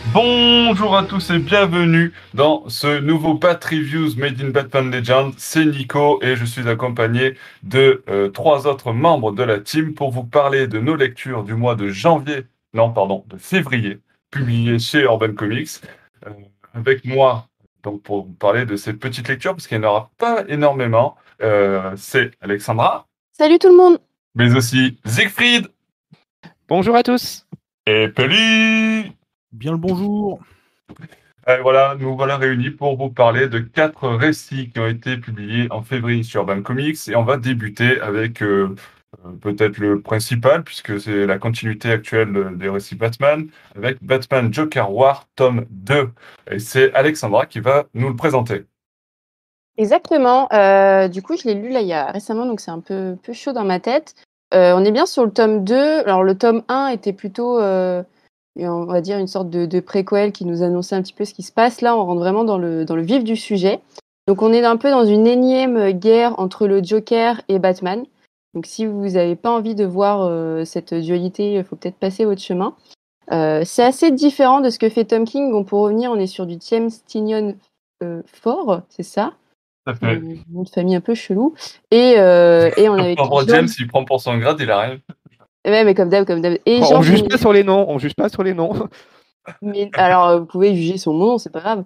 Bonjour à tous et bienvenue dans ce nouveau Bat Reviews Made in Batman Legends. C'est Nico et je suis accompagné de trois autres membres de la team pour vous parler de nos lectures du mois de janvier, non pardon, de février, publiées chez Urban Comics. Euh, Avec moi, donc pour vous parler de ces petites lectures, parce qu'il n'y en aura pas énormément, c'est Alexandra, Salut tout le monde! mais aussi Siegfried Bonjour à tous. et Pelli. Bien le bonjour. Voilà, nous voilà réunis pour vous parler de quatre récits qui ont été publiés en février sur Urban Comics et on va débuter avec peut-être le principal puisque c'est la continuité actuelle des récits Batman avec Batman Joker War tome 2 et c'est Alexandra qui va nous le présenter. Exactement. Du coup, je l'ai lu là il y a récemment, donc c'est un peu chaud dans ma tête. On est bien sur le tome 2. Alors le tome 1 était plutôt, on va dire, une sorte de préquel qui nous annonçait un petit peu ce qui se passe. Là, on rentre vraiment dans le vif du sujet. Donc on est un peu dans une énième guerre entre le Joker et Batman. Donc si vous n'avez pas envie de voir cette dualité, il faut peut-être passer votre chemin. C'est assez différent de ce que fait Tom King. Bon, pour revenir, on est sur du James Tynion Ford, c'est ça? Tout à fait. Nom de famille un peu chelou. Et on avait Pauvre James, il prend pour son grade, il a rien. Ouais, mais comme d'hab. Et On Georges juge Jiménez. pas sur les noms. On juge pas sur les noms. Mais alors, vous pouvez juger son nom, c'est pas grave.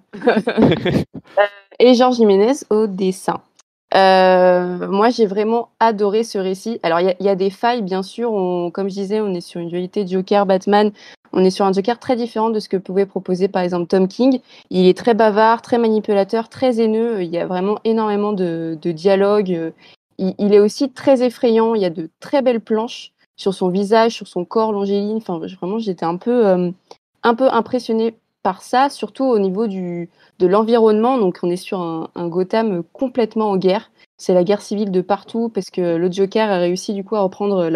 Et Georges Jiménez au dessin. Moi, j'ai vraiment adoré ce récit. Alors, il y a des failles, bien sûr. Comme je disais, on est sur une dualité Joker-Batman. On est sur un Joker très différent de ce que pouvait proposer, par exemple, Tom King. Il est très bavard, très manipulateur, très haineux. Il y a vraiment énormément de dialogues. Il est aussi très effrayant. Il y a de très belles planches sur son visage, sur son corps longiligne. Enfin, vraiment, j'étais un peu impressionnée par ça, surtout au niveau de l'environnement. Donc, on est sur un Gotham complètement en guerre. C'est la guerre civile de partout parce que le Joker a réussi du coup à reprendre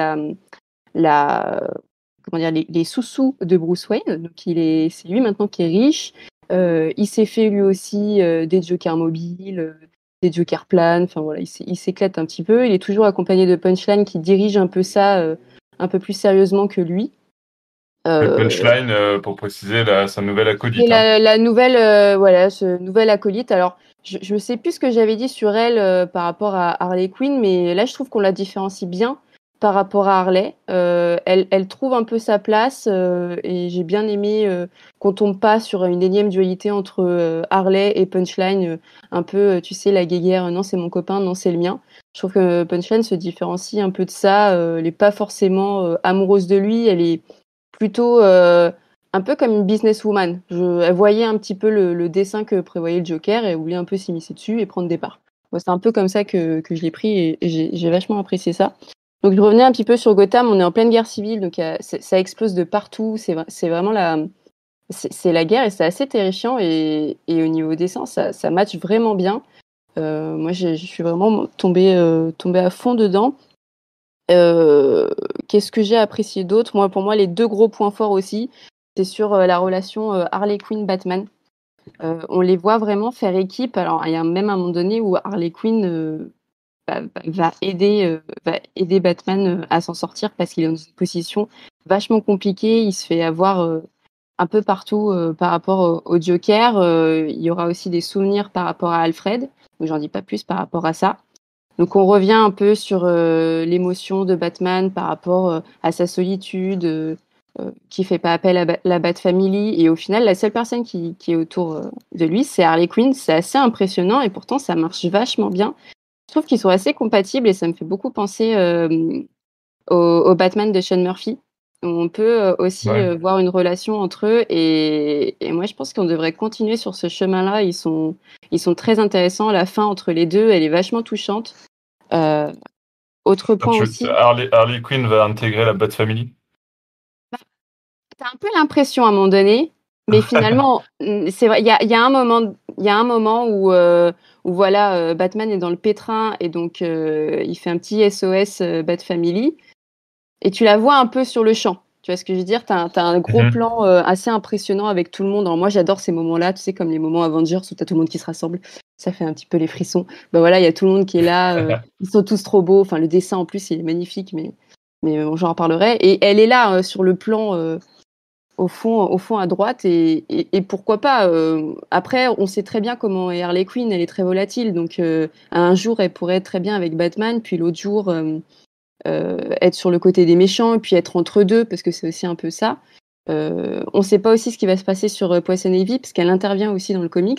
la comment dire, les sous-sous de Bruce Wayne. Donc, c'est lui maintenant qui est riche. Il s'est fait lui aussi des Jokers mobiles, des Jokers planes. Enfin voilà, il s'éclate un petit peu. Il est toujours accompagné de Punchline qui dirige un peu ça un peu plus sérieusement que lui. Le punchline, pour préciser, sa nouvelle Et acolyte. Hein. la nouvelle, voilà, ce nouvel acolyte. Alors, je sais plus ce que j'avais dit sur elle par rapport à Harley Quinn, mais là, je trouve qu'on la différencie bien par rapport à Harley. Elle trouve un peu sa place et j'ai bien aimé qu'on tombe pas sur une énième dualité entre Harley et Punchline, un peu, tu sais, la guéguerre, non, c'est mon copain, non, c'est le mien. Je trouve que Punchline se différencie un peu de ça. Elle est pas forcément amoureuse de lui, elle est plutôt un peu comme une businesswoman. Elle voyait un petit peu le dessin que prévoyait le Joker et elle voulait un peu s'immiscer dessus et prendre des parts. Moi, c'est un peu comme ça que je l'ai pris et j'ai vachement apprécié ça. Donc, je revenais un petit peu sur Gotham. On est en pleine guerre civile, donc ça explose de partout. C'est vraiment c'est la guerre et c'est assez terrifiant. Et au niveau dessin, ça match vraiment bien. Moi, je suis vraiment tombée à fond dedans. Qu'est-ce que j'ai apprécié d'autre? Moi, pour moi, les deux gros points forts aussi, c'est sur la relation Harley Quinn-Batman. On les voit vraiment faire équipe. Alors, il y a même un moment donné où Harley Quinn va aider Batman à s'en sortir parce qu'il est dans une position vachement compliquée. Il se fait avoir un peu partout par rapport au Joker. Il y aura aussi des souvenirs par rapport à Alfred. Donc, j'en dis pas plus par rapport à ça. Donc on revient un peu sur l'émotion de Batman par rapport à sa solitude, qui fait pas appel à la Bat Family. Et au final, la seule personne qui est autour de lui, c'est Harley Quinn. C'est assez impressionnant et pourtant ça marche vachement bien. Je trouve qu'ils sont assez compatibles et ça me fait beaucoup penser au Batman de Sean Murphy. On peut aussi voir une relation entre eux et moi je pense qu'on devrait continuer sur ce chemin-là. Ils sont très intéressants. La fin entre les deux, elle est vachement touchante. Autre point aussi. Harley Quinn va intégrer la Bat Family. T'as un peu l'impression à un moment donné, mais finalement, c'est vrai. Il y a un moment où voilà, Batman est dans le pétrin et donc il fait un petit SOS Bat Family et tu la vois un peu sur le champ. Tu vois ce que je veux dire? T'as un gros plan assez impressionnant avec tout le monde. Alors moi, j'adore ces moments-là, tu sais, comme les moments Avengers où t'as tout le monde qui se rassemble. Ça fait un petit peu les frissons. Ben voilà, il y a tout le monde qui est là. Ils sont tous trop beaux. Enfin, le dessin en plus, il est magnifique, mais bon, j'en reparlerai. Et elle est là sur le plan au fond à droite et pourquoi pas. Après, on sait très bien comment est Harley Quinn, elle est très volatile, donc un jour elle pourrait être très bien avec Batman, puis l'autre jour être sur le côté des méchants et puis être entre deux parce que c'est aussi un peu ça. On ne sait pas aussi ce qui va se passer sur Poison Ivy parce qu'elle intervient aussi dans le comics.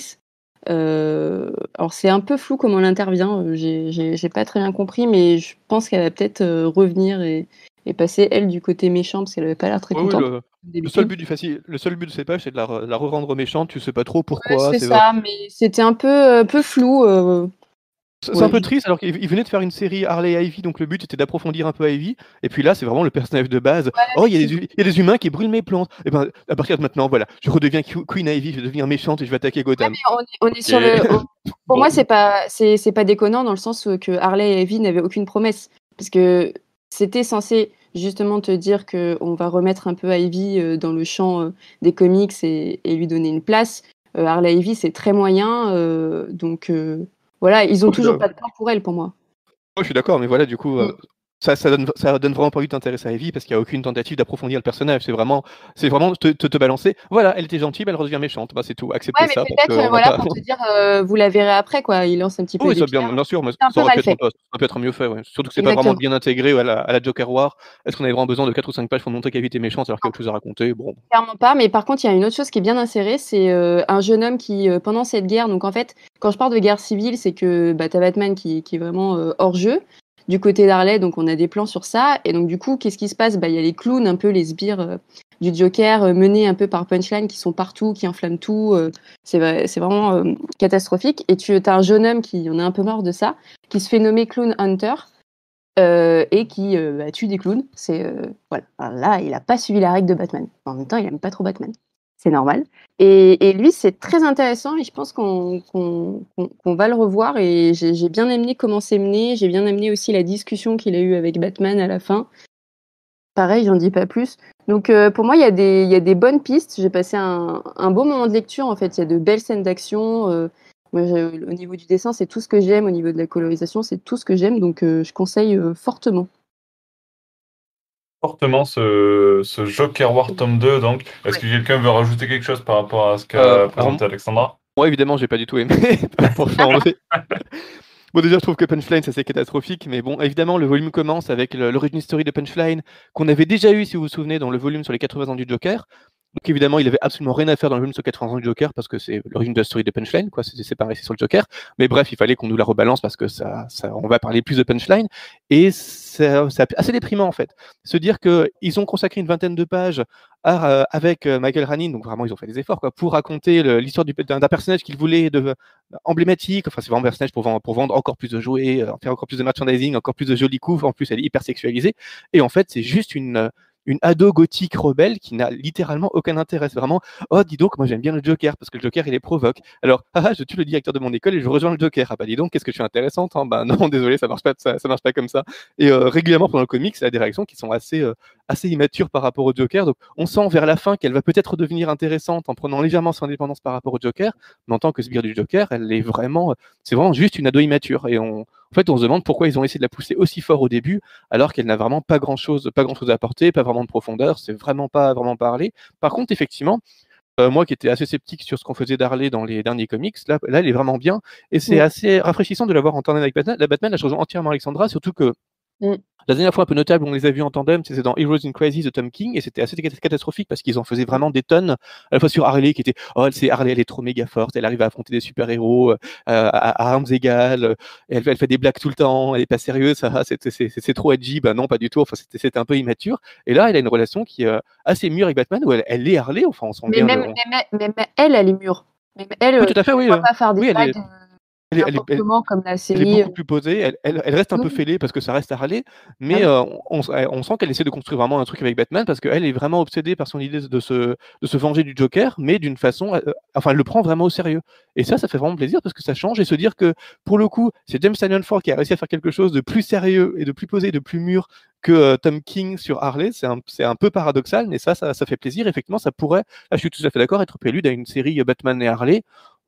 Alors c'est un peu flou comment elle intervient, j'ai pas très bien compris, mais je pense qu'elle va peut-être revenir et passer elle du côté méchant parce qu'elle avait pas l'air très Oui, contente. le seul but le seul but de ces pages, c'est de la re-rendre méchante. Tu sais pas trop Ouais, pourquoi. c'est ça, mais c'était un peu flou. C'est un Ouais, peu triste alors qu'il venait de faire une série Harley et Ivy, donc le but était d'approfondir un peu Ivy. Et puis là, c'est vraiment le personnage de base. ouais, Oh, mais il y a des humains qui brûlent mes plantes. Et ben, à partir de maintenant, voilà, je redeviens Queen Ivy, je vais devenir méchante et je vais attaquer Gotham. on est Ok. sur le. Pour Bon. moi, c'est pas déconnant dans le sens où que Harley et Ivy n'avaient aucune promesse. Parce que c'était censé justement te dire qu'on va remettre un peu Ivy dans le champ des comics et lui donner une place. Harley et Ivy, c'est très moyen. Donc voilà, ils ont Oh, je suis toujours d'accord. pas de plan pour elle, pour moi. Oh, je suis d'accord, mais voilà, du coup, Mm. ça donne vraiment pas envie de t'intéresser à Ivy parce qu'il n'y a aucune tentative d'approfondir le personnage. C'est vraiment te balancer. Voilà, elle était gentille, elle redevient méchante. Bah, c'est tout. Ouais, Acceptez mais ça parce peut-être qu'on n'a voilà pas. pour te dire vous la verrez après quoi. Il lance un petit peu Oui, des ça bien, pierres. bien sûr, mais C'est un ça peu aurait pu mal être fait. ça peut être mieux fait, ouais. Surtout que c'est pas vraiment Exactement. bien intégré à la Joker War. Est-ce qu'on avait vraiment besoin de 4 ou 5 pages pour montrer qu'Ivy était méchante alors qu'il y a autre chose à raconter? Bon. Clairement pas, mais par contre, il y a une autre chose qui est bien insérée, c'est un jeune homme qui, pendant cette guerre, donc en fait, quand je parle de guerre civile, c'est que bah, t'as Batman qui est vraiment hors jeu. Du côté d'Harley, donc on a des plans sur ça. Et donc du coup, qu'est-ce qui se passe? Bah, il y a les clowns, un peu les sbires du Joker, menés un peu par Punchline, qui sont partout, qui enflamment tout. C'est vraiment catastrophique. Et tu as un jeune homme qui en a un peu marre de ça, qui se fait nommer Clown Hunter et qui bah, tue des clowns. Voilà. Alors là, il a pas suivi la règle de Batman. En même temps, il aime pas trop Batman. C'est normal. Et lui, c'est très intéressant et je pense qu'on va le revoir. Et j'ai bien aimé comment c'est mené. J'ai bien aimé aussi la discussion qu'il a eue avec Batman à la fin. Pareil, j'en dis pas plus. Donc pour moi, il y a des bonnes pistes. J'ai passé un beau moment de lecture. En fait, il y a de belles scènes d'action. Moi, au niveau du dessin, c'est tout ce que j'aime. Au niveau de la colorisation, c'est tout ce que j'aime. Donc je conseille fortement. Fortement ce Joker War tome 2. Donc, est-ce Ouais. que quelqu'un veut rajouter quelque chose par rapport à ce Euh, qu'a alors, présenté Alexandra? moi, évidemment, j'ai pas du tout aimé, pour changer. Bon, déjà, je trouve que Punchline, ça c'est catastrophique, mais bon, évidemment, le volume commence avec l'origin story de Punchline, qu'on avait déjà eu, si vous vous souvenez, dans le volume sur les 80 ans du Joker. Donc évidemment, il avait absolument rien à faire dans le volume sur 80 ans du Joker parce que c'est l'origine de la story de Punchline, quoi. C'est pareil, c'est sur le Joker. Mais bref, il fallait qu'on nous la rebalance parce que on va parler plus de Punchline. Et c'est assez déprimant en fait. Se dire qu'ils ont consacré une vingtaine de pages avec Michael Ranin, donc vraiment ils ont fait des efforts quoi, pour raconter l'histoire d'un personnage qu'ils voulaient emblématique. Enfin, c'est vraiment un personnage pour vendre encore plus de jouets, faire encore plus de merchandising, encore plus de jolis coups. En plus, elle est hyper sexualisée. Et en fait, c'est juste une ado gothique rebelle qui n'a littéralement aucun intérêt. C'est vraiment, oh, dis donc, moi j'aime bien le Joker parce que le Joker il les provoque. Alors, je tue le directeur de mon école et je rejoins le Joker. Ah bah dis donc, qu'est-ce que je suis intéressante, hein. Bah non, désolé, ça marche pas comme ça. Et régulièrement pendant le comic, ça a des réactions qui sont assez immatures par rapport au Joker. Donc, on sent vers la fin qu'elle va peut-être devenir intéressante en prenant légèrement son indépendance par rapport au Joker, mais en tant que sbire du Joker, c'est vraiment juste une ado immature. Et en fait, on se demande pourquoi ils ont essayé de la pousser aussi fort au début, alors qu'elle n'a vraiment pas grand-chose à apporter, pas vraiment de profondeur, c'est vraiment pas parler. Par contre, effectivement, moi qui étais assez sceptique sur ce qu'on faisait d'Harley dans les derniers comics, là, elle est vraiment bien, et c'est Mm. assez rafraîchissant de la voir en tandem avec Batman. La Batman, là, je rejoins entièrement Alexandra, surtout que Mm. la dernière fois un peu notable où on les a vus en tandem, c'était dans Heroes in Crisis de Tom King, et c'était assez catastrophique parce qu'ils en faisaient vraiment des tonnes, à la fois sur Harley qui était oh Harley elle est trop méga forte, elle arrive à affronter des super-héros à armes égales, elle fait des blagues tout le temps, elle est pas sérieuse, c'est trop edgy, bah non pas du tout, enfin c'était un peu immature, et là elle a une relation qui est assez mûre avec Batman où elle est Harley, enfin on sent Mais bien même elle, elle est mûre. Même elle, Oui tout à tu fait, ne oui, vois pas faire des oui blagues n'importe elle est comment comme la Elle est série. beaucoup plus posée, elle reste un peu Non. fêlée parce que ça reste Harley, Ah mais oui. on sent qu'elle essaie de construire vraiment un truc avec Batman parce qu'elle est vraiment obsédée par son idée de se venger du Joker, mais d'une façon, enfin, elle le prend vraiment au sérieux. Et ça fait vraiment plaisir parce que ça change et se dire que pour le coup, c'est James Tynion Ford qui a réussi à faire quelque chose de plus sérieux et de plus posé, de plus mûr que Tom King sur Harley. C'est un peu paradoxal, mais ça fait plaisir. Effectivement, ça pourrait, là, je suis tout à fait d'accord, être prélude à une série Batman et Harley.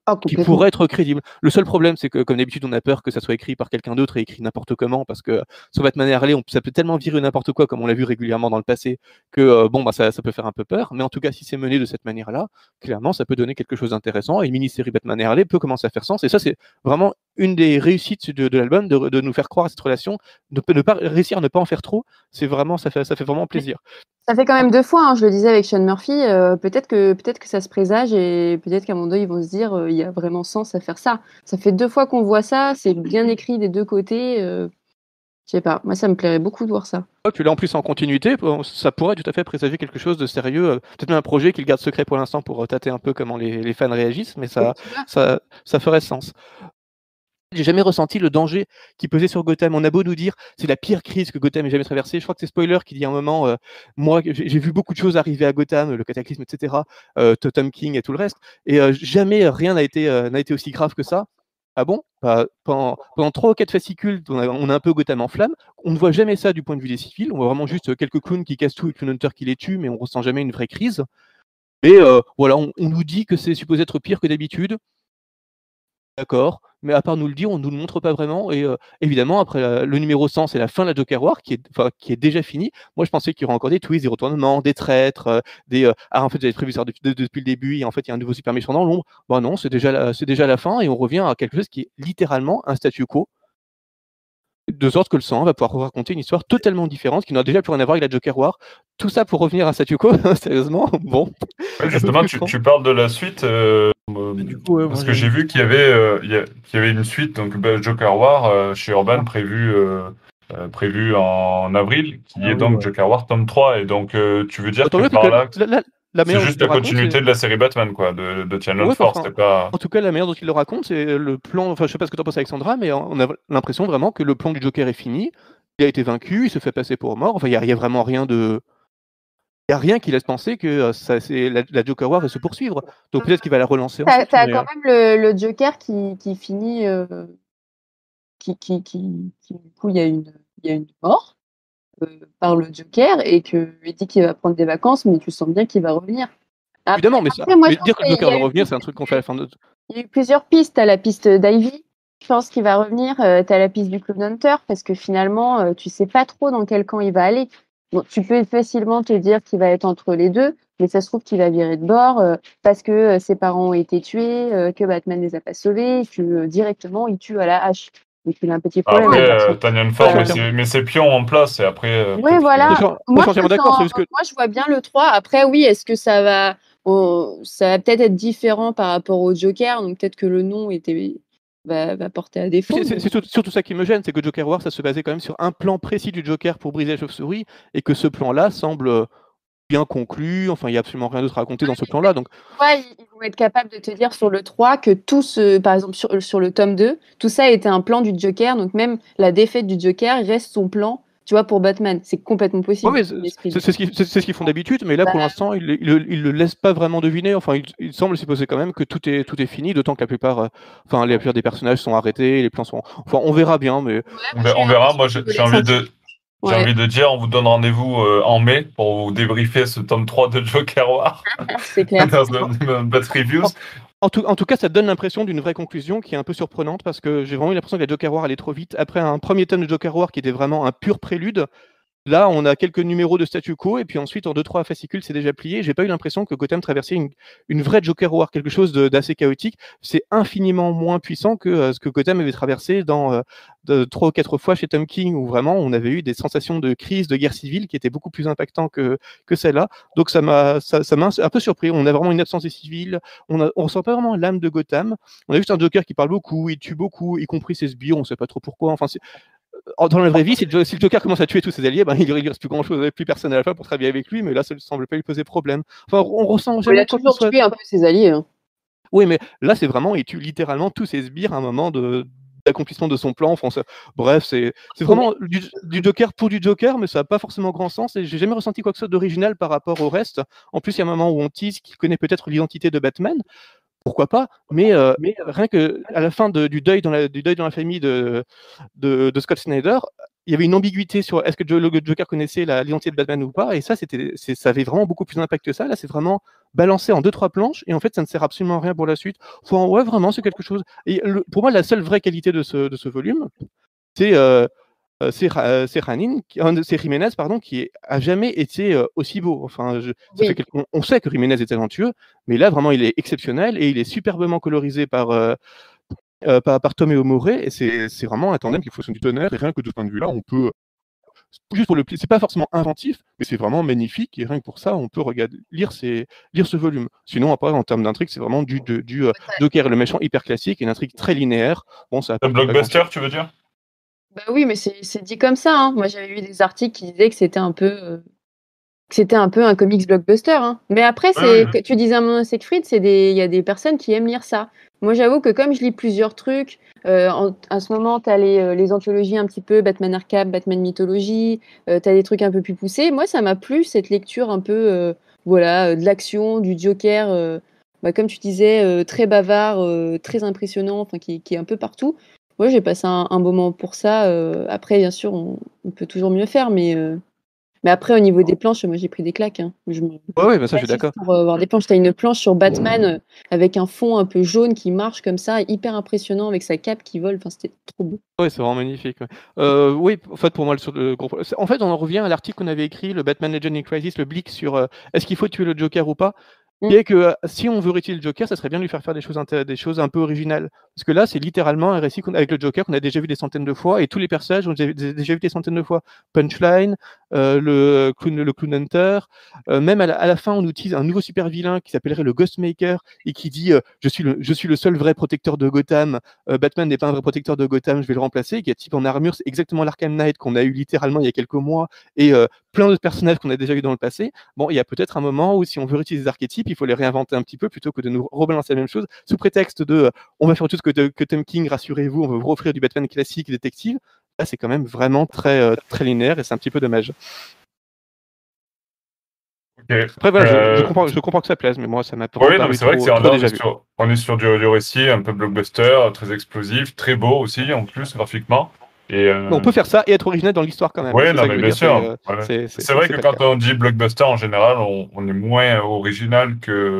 Ah, qui complètement. pourrait être crédible. Le seul problème, c'est que, comme d'habitude, on a peur que ça soit écrit par quelqu'un d'autre et écrit n'importe comment, parce que sur Batman et Harley, ça peut tellement virer n'importe quoi, comme on l'a vu régulièrement dans le passé, que ça peut faire un peu peur. Mais en tout cas, si c'est mené de cette manière-là, clairement, ça peut donner quelque chose d'intéressant. Et une mini-série Batman et Harley peut commencer à faire sens. Et ça, c'est vraiment une des réussites de l'album, de nous faire croire à cette relation, de ne pas réussir à ne pas en faire trop. C'est vraiment, ça fait vraiment plaisir. Ça fait quand même 2 fois, hein, je le disais avec Sean Murphy, peut-être que ça se présage et peut-être qu'à un moment donné, ils vont se dire, il y a vraiment sens à faire ça. Ça fait 2 fois qu'on voit ça, c'est bien écrit des 2 côtés, je sais pas, moi ça me plairait beaucoup de voir ça. Puis là, en plus, en continuité, ça pourrait tout à fait présager quelque chose de sérieux. Peut-être même un projet qu'ils gardent secret pour l'instant pour tâter un peu comment les fans réagissent, mais ça ferait sens. J'ai jamais ressenti le danger qui pesait sur Gotham. On a beau nous dire c'est la pire crise que Gotham ait jamais traversée. Je crois que c'est Spoiler qui dit à un moment moi j'ai vu beaucoup de choses arriver à Gotham, le cataclysme, etc. Tom King et tout le reste, et jamais rien n'a été aussi grave que ça. Ah bon? Pendant 3 ou 4 fascicules, on a un peu Gotham en flammes. On ne voit jamais ça du point de vue des civils. On voit vraiment juste quelques clowns qui cassent tout et Clown Hunter qui les tue, mais on ressent jamais une vraie crise. Et voilà, on nous dit que c'est supposé être pire que d'habitude. D'accord, mais à part nous le dire, on ne nous le montre pas vraiment. Et évidemment, après le numéro 100, c'est la fin de la Joker War qui est déjà finie. Moi, je pensais qu'il y aurait encore des twists, des retournements, des traîtres, en fait, j'avais prévu ça depuis le début, et en fait, il y a un nouveau super méchant dans l'ombre. Bah non, c'est déjà la fin, et on revient à quelque chose qui est littéralement un statu quo. De sorte que le 100 va pouvoir raconter une histoire totalement différente qui n'a déjà plus rien à voir avec la Joker War. Tout ça pour revenir à statu quo, sérieusement, bon. Ouais, justement, tu parles de la suite, parce que j'ai vu qu'il y avait une suite, donc Joker War chez Urban prévue en avril, qui est donc Joker War tome 3. Et donc, tu veux dire que par là, c'est juste la continuité de la série Batman, quoi, de Channel 4, c'était pas... En tout cas, la manière dont il le raconte, c'est le plan. Enfin, je sais pas ce que tu en penses, Alexandra, mais on a l'impression vraiment que le plan du Joker est fini. Il a été vaincu, il se fait passer pour mort. Enfin, il y a vraiment rien de. Il n'y a rien qui laisse penser que la Joker War va se poursuivre. Donc peut-être qu'il va la relancer ensuite. T'as quand même le Joker qui finit, du coup, il y a une mort par le Joker et qu'il dit qu'il va prendre des vacances, mais tu sens bien qu'il va revenir. Après, évidemment, mais dire que le Joker va revenir, c'est un truc qu'on fait à la fin de. Il y a eu plusieurs pistes. T'as la piste d'Ivy, je pense qu'il va revenir. T'as la piste du Clown Hunter, parce que finalement, tu sais pas trop dans quel camp il va aller. Bon, tu peux facilement te dire qu'il va être entre les deux, mais ça se trouve qu'il va virer de bord parce que ses parents ont été tués, que Batman les a pas sauvés, que directement il tue à la hache. Donc il a un petit problème. Après, Tanyan Ford met ses pions en place et après. Oui, voilà. Moi, moi, je vois bien le 3. Après, oui, est-ce que ça va peut-être être différent par rapport au Joker, donc peut-être que le nom va porter à défaut. C'est surtout ça qui me gêne, c'est que Joker War, ça se basait quand même sur un plan précis du Joker pour briser la chauve-souris, et que ce plan-là semble bien conclu. Enfin, il n'y a absolument rien d'autre à raconter dans ce plan-là. Donc, ouais, ils vont être capables de te dire sur le 3 que par exemple, sur le tome 2, tout ça était un plan du Joker, donc même la défaite du Joker reste son plan. Tu vois, pour Batman, c'est complètement possible. Ouais, c'est ce qu'ils font d'habitude, mais là, pour l'instant, ils le laissent pas vraiment deviner. Enfin, il semble supposer quand même que tout est fini, d'autant que la plupart des personnages sont arrêtés, les plans sont. Enfin, on verra bien, mais. Ouais, on verra. Moi, j'ai envie de dire, on vous donne rendez-vous en mai pour vous débriefer ce tome 3 de Joker War. C'est clair. Dans un Bat Reviews. En tout cas, ça donne l'impression d'une vraie conclusion qui est un peu surprenante, parce que j'ai vraiment eu l'impression que la Joker War allait trop vite. Après un premier tome de Joker War qui était vraiment un pur prélude, là, on a quelques numéros de statu quo, et puis ensuite, en 2-3 fascicules, c'est déjà plié. J'ai pas eu l'impression que Gotham traversait une vraie Joker War, quelque chose d'assez chaotique. C'est infiniment moins puissant que ce que Gotham avait traversé dans 3 ou 4 fois chez Tom King, où vraiment on avait eu des sensations de crise, de guerre civile qui étaient beaucoup plus impactantes que celle-là. Donc ça m'a un peu surpris. On a vraiment une absence des civils. On ressent pas vraiment l'âme de Gotham. On a juste un Joker qui parle beaucoup, il tue beaucoup, y compris ses sbires. On sait pas trop pourquoi. Enfin, dans la vraie vie, si le Joker commence à tuer tous ses alliés, il ne reste plus grand-chose, plus personne à la fin pour travailler avec lui, mais là, ça ne semble pas lui poser problème. Enfin, on ressent jamais. Il a toujours tué un peu ses alliés. Hein. Oui, mais là, c'est vraiment, il tue littéralement tous ses sbires à un moment d'accomplissement de son plan. Enfin, bref, c'est vraiment du Joker pour du Joker, mais ça n'a pas forcément grand sens, et j'ai jamais ressenti quoi que ce soit d'original par rapport au reste. En plus, il y a un moment où on tease qu'il connaît peut-être l'identité de Batman. Pourquoi pas, mais rien que à la fin du deuil dans la famille de Scott Snyder, il y avait une ambiguïté sur est-ce que le Joker connaissait l'identité de Batman ou pas, et ça avait vraiment beaucoup plus d'impact que ça. Là, c'est vraiment balancé en 2-3 planches, et en fait, ça ne sert absolument à rien pour la suite. Enfin, ouais, vraiment, c'est quelque chose. Et pour moi, la seule vraie qualité de ce volume, c'est c'est Jiménez, pardon, qui a jamais été aussi beau. Enfin, Oui. on sait que Jiménez est talentueux, mais là, vraiment, il est exceptionnel et il est superbement colorisé par Tomeo Morey, et c'est vraiment un tandem qui fonctionne du tonnerre. Et rien que de ce point de vue-là, on peut juste pour le plaisir, c'est pas forcément inventif, mais c'est vraiment magnifique. Et rien que pour ça, on peut lire ce volume. Sinon, après, en termes d'intrigue, c'est vraiment du Joker, le méchant hyper classique, et une intrigue très linéaire. Bon, ça Un apporte pas blockbuster, grand-chose. tu veux dire? Bah oui, mais c'est dit comme ça, hein. Moi, j'avais lu des articles qui disaient que c'était un peu un comics blockbuster, hein. Mais après, Oui, que tu disais un moment Siegfried, il y a des personnes qui aiment lire ça. Moi, j'avoue que comme je lis plusieurs trucs, à ce moment, tu as les anthologies un petit peu Batman Arkham, Batman Mythologie, tu as des trucs un peu plus poussés. Moi, ça m'a plu, cette lecture un peu, de l'action, du Joker, comme tu disais, très bavard, très impressionnant, enfin, qui est un peu partout. Moi, j'ai passé un moment pour ça. Après, bien sûr, on peut toujours mieux faire, mais après, au niveau des planches, moi, j'ai pris des claques, hein. Ouais, bah ça, je suis Pas juste d'accord. pour voir des planches. Tu as une planche sur Batman avec un fond un peu jaune qui marche comme ça, hyper impressionnant avec sa cape qui vole. Enfin, c'était trop beau. Ouais, c'est vraiment magnifique. Ouais. Oui, en fait, pour moi, en fait, on en revient à l'article qu'on avait écrit, le Batman Legend in Crisis, le Blick sur est-ce qu'il faut tuer le Joker ou pas. Mm. Qui est que si on veut réutiliser le Joker, ça serait bien de lui faire des choses un peu originales. Parce que là, c'est littéralement un récit avec le Joker qu'on a déjà vu des centaines de fois, et tous les personnages ont déjà vu des centaines de fois. Punchline, le Clown Hunter, même à la fin, on utilise un nouveau super vilain qui s'appellerait le Ghostmaker, et qui dit je suis le seul vrai protecteur de Gotham, Batman n'est pas un vrai protecteur de Gotham, je vais le remplacer, qui est type en armure, c'est exactement l'Arkham Knight qu'on a eu littéralement il y a quelques mois, et plein d'autres personnages qu'on a déjà eu dans le passé. Bon, il y a peut-être un moment où, si on veut réutiliser des archétypes, il faut les réinventer un petit peu plutôt que de nous rebalancer la même chose sous prétexte de on va faire autre chose que Tom King, rassurez-vous, on va vous offrir du Batman classique, détective. Là, c'est quand même vraiment très linéaire, et c'est un petit peu dommage. Ok. Après, voilà, je comprends que ça plaise, mais moi, ça m'a Oui, non, mais paru c'est vrai que trop déjà vu. on est sur du récit un peu blockbuster, très explosif, très beau aussi, en plus, graphiquement. Et, Mais on peut faire ça et être original dans l'histoire quand même. ouais, C'est non, ça que mais je veux bien dire. sûr. Ouais. C'est vrai C'est que pas le quand cas. on dit blockbuster, en général, on est moins original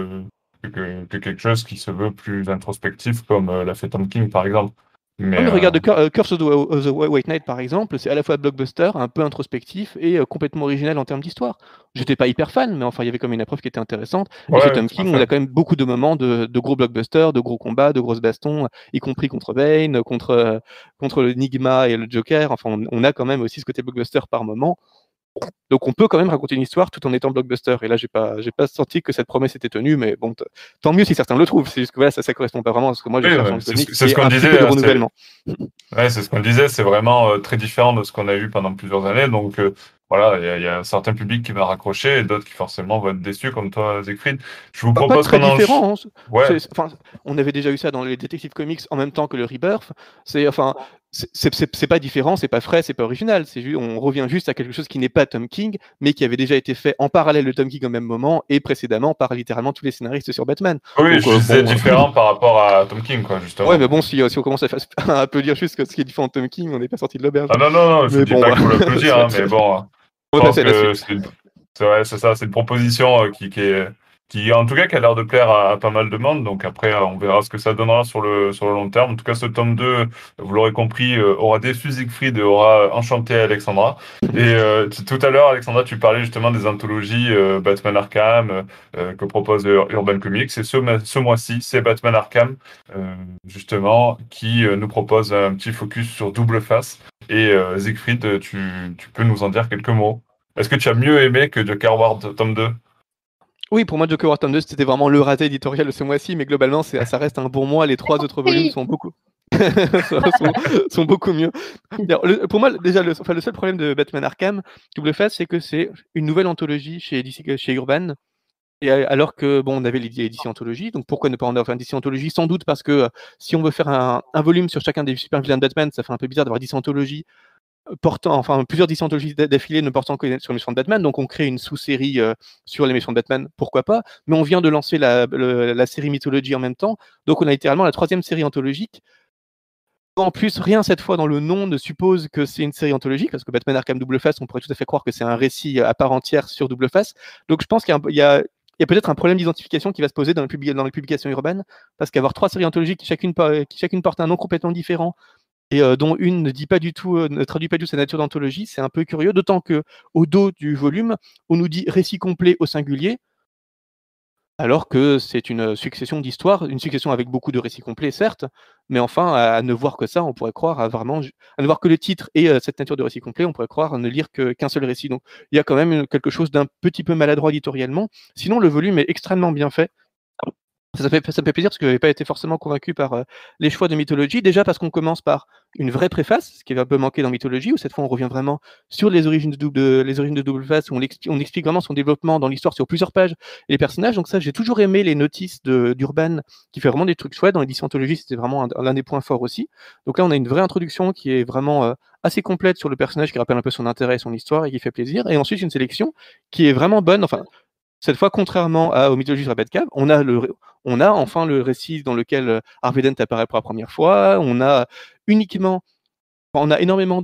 que quelque chose qui se veut plus introspectif, comme l'a fait Tom King, par exemple. Mais, Non, mais regarde, Curse of the White Knight, par exemple, c'est à la fois blockbuster, un peu introspectif, et complètement original en termes d'histoire. J'étais pas hyper fan, mais enfin, il y avait quand même une approche qui était intéressante. Et chez ouais, Tom tout à King, on fait. a quand même beaucoup de moments de gros blockbusters, de gros combats, de grosses bastons, y compris contre Bane, contre le Nigma et le Joker. Enfin, on a quand même aussi ce côté blockbuster par moment. Donc on peut quand même raconter une histoire tout en étant blockbuster. Et là, j'ai pas senti que cette promesse était tenue, mais bon, tant mieux si certains le trouvent. C'est juste que voilà, ça correspond pas vraiment à ce que moi je Oui, cherche ouais, en comics, c'est qui ce est qu'on un petit disait. peu de renouvellement. Ouais, c'est ce qu'on disait, c'est vraiment très différent de ce qu'on a eu pendant plusieurs années. Donc voilà, il y a un certain public qui va raccrocher et d'autres qui forcément vont être déçus, comme toi, Siegfried. Je vous Pas propose très qu'on différent, hein. Ouais, Enfin, on avait déjà eu ça dans les Detective Comics en même temps que le Rebirth. C'est pas différent, c'est pas frais, c'est pas original. On revient juste à quelque chose qui n'est pas Tom King, mais qui avait déjà été fait en parallèle de Tom King au même moment et précédemment par littéralement tous les scénaristes sur Batman. oui, Donc je disais bon, différent par rapport à Tom King, quoi, ouais, justement. mais bon, si on commence à applaudir juste ce qui est différent de Tom King, on n'est pas sorti de l'auberge. Ah non, non, non, je Mais dis bon, pas qu'il voilà. faut l'applaudir, hein, mais bon, On je va pense passer à la que suite. c'est vrai, c'est ça, c'est une proposition qui, en tout cas, qui a l'air de plaire à pas mal de monde. Donc après, on verra ce que ça donnera sur le long terme. En tout cas, ce tome 2, vous l'aurez compris, aura déçu Siegfried et aura enchanté Alexandra. Et tout à l'heure, Alexandra, tu parlais justement des anthologies Batman Arkham que propose Urban Comics. Et ce mois-ci, c'est Batman Arkham, justement, qui nous propose un petit focus sur Double Face. Et Siegfried, tu peux nous en dire quelques mots. Est-ce que tu as mieux aimé que Joker Ward tome 2? Oui, pour moi, Joker War Tome 2, c'était vraiment le raté éditorial de ce mois-ci, mais globalement, ça reste un bon mois. Les 3 autres volumes Oui. sont beaucoup, sont beaucoup mieux. Alors, pour moi, déjà, le seul problème de Batman Arkham Double Face, c'est que c'est une nouvelle anthologie chez Urban. Et alors que, bon, on avait l'édition anthologie, donc pourquoi ne pas en avoir une édition anthologie? Sans doute parce que si on veut faire un volume sur chacun des super vilains de Batman, ça fait un peu bizarre d'avoir 10 anthologies plusieurs anthologies d'affilée ne portant que sur les méchants de Batman, donc on crée une sous-série sur les méchants de Batman, pourquoi pas, mais on vient de lancer la série Mythologie en même temps, donc on a littéralement la 3e série anthologique. En plus, rien cette fois dans le nom ne suppose que c'est une série anthologique, parce que Batman Arkham Double Face, on pourrait tout à fait croire que c'est un récit à part entière sur Double Face, donc je pense qu'il y a il y a peut-être un problème d'identification qui va se poser dans les publications urbaines, parce qu'avoir 3 séries anthologiques qui chacune portent un nom complètement différent et dont une ne traduit pas du tout sa nature d'anthologie, c'est un peu curieux, d'autant qu'au dos du volume, on nous dit récit complet au singulier, alors que c'est une succession d'histoires, une succession avec beaucoup de récits complets, certes, mais enfin, à ne voir que ça, on pourrait croire à ne voir que le titre et cette nature de récit complet, on pourrait croire à ne lire qu'un seul récit. Donc, il y a quand même quelque chose d'un petit peu maladroit éditorialement. Sinon, le volume est extrêmement bien fait. Ça me fait plaisir parce que je n'avais pas été forcément convaincu par les choix de Mythologie. Déjà parce qu'on commence par une vraie préface, ce qui va un peu manquer dans Mythologie, où cette fois on revient vraiment sur les origines de Double Face, où on explique vraiment son développement dans l'histoire sur plusieurs pages et les personnages. Donc ça, j'ai toujours aimé les notices d'Urban, qui fait vraiment des trucs chouettes. Dans l'édition Anthologie, c'était vraiment l'un des points forts aussi. Donc là, on a une vraie introduction qui est vraiment assez complète sur le personnage, qui rappelle un peu son intérêt et son histoire et qui fait plaisir. Et ensuite, une sélection qui est vraiment bonne. Enfin, cette fois, contrairement aux mythologies de la Batcave, on a enfin le récit dans lequel Harvey Dent apparaît pour la première fois. On a énormément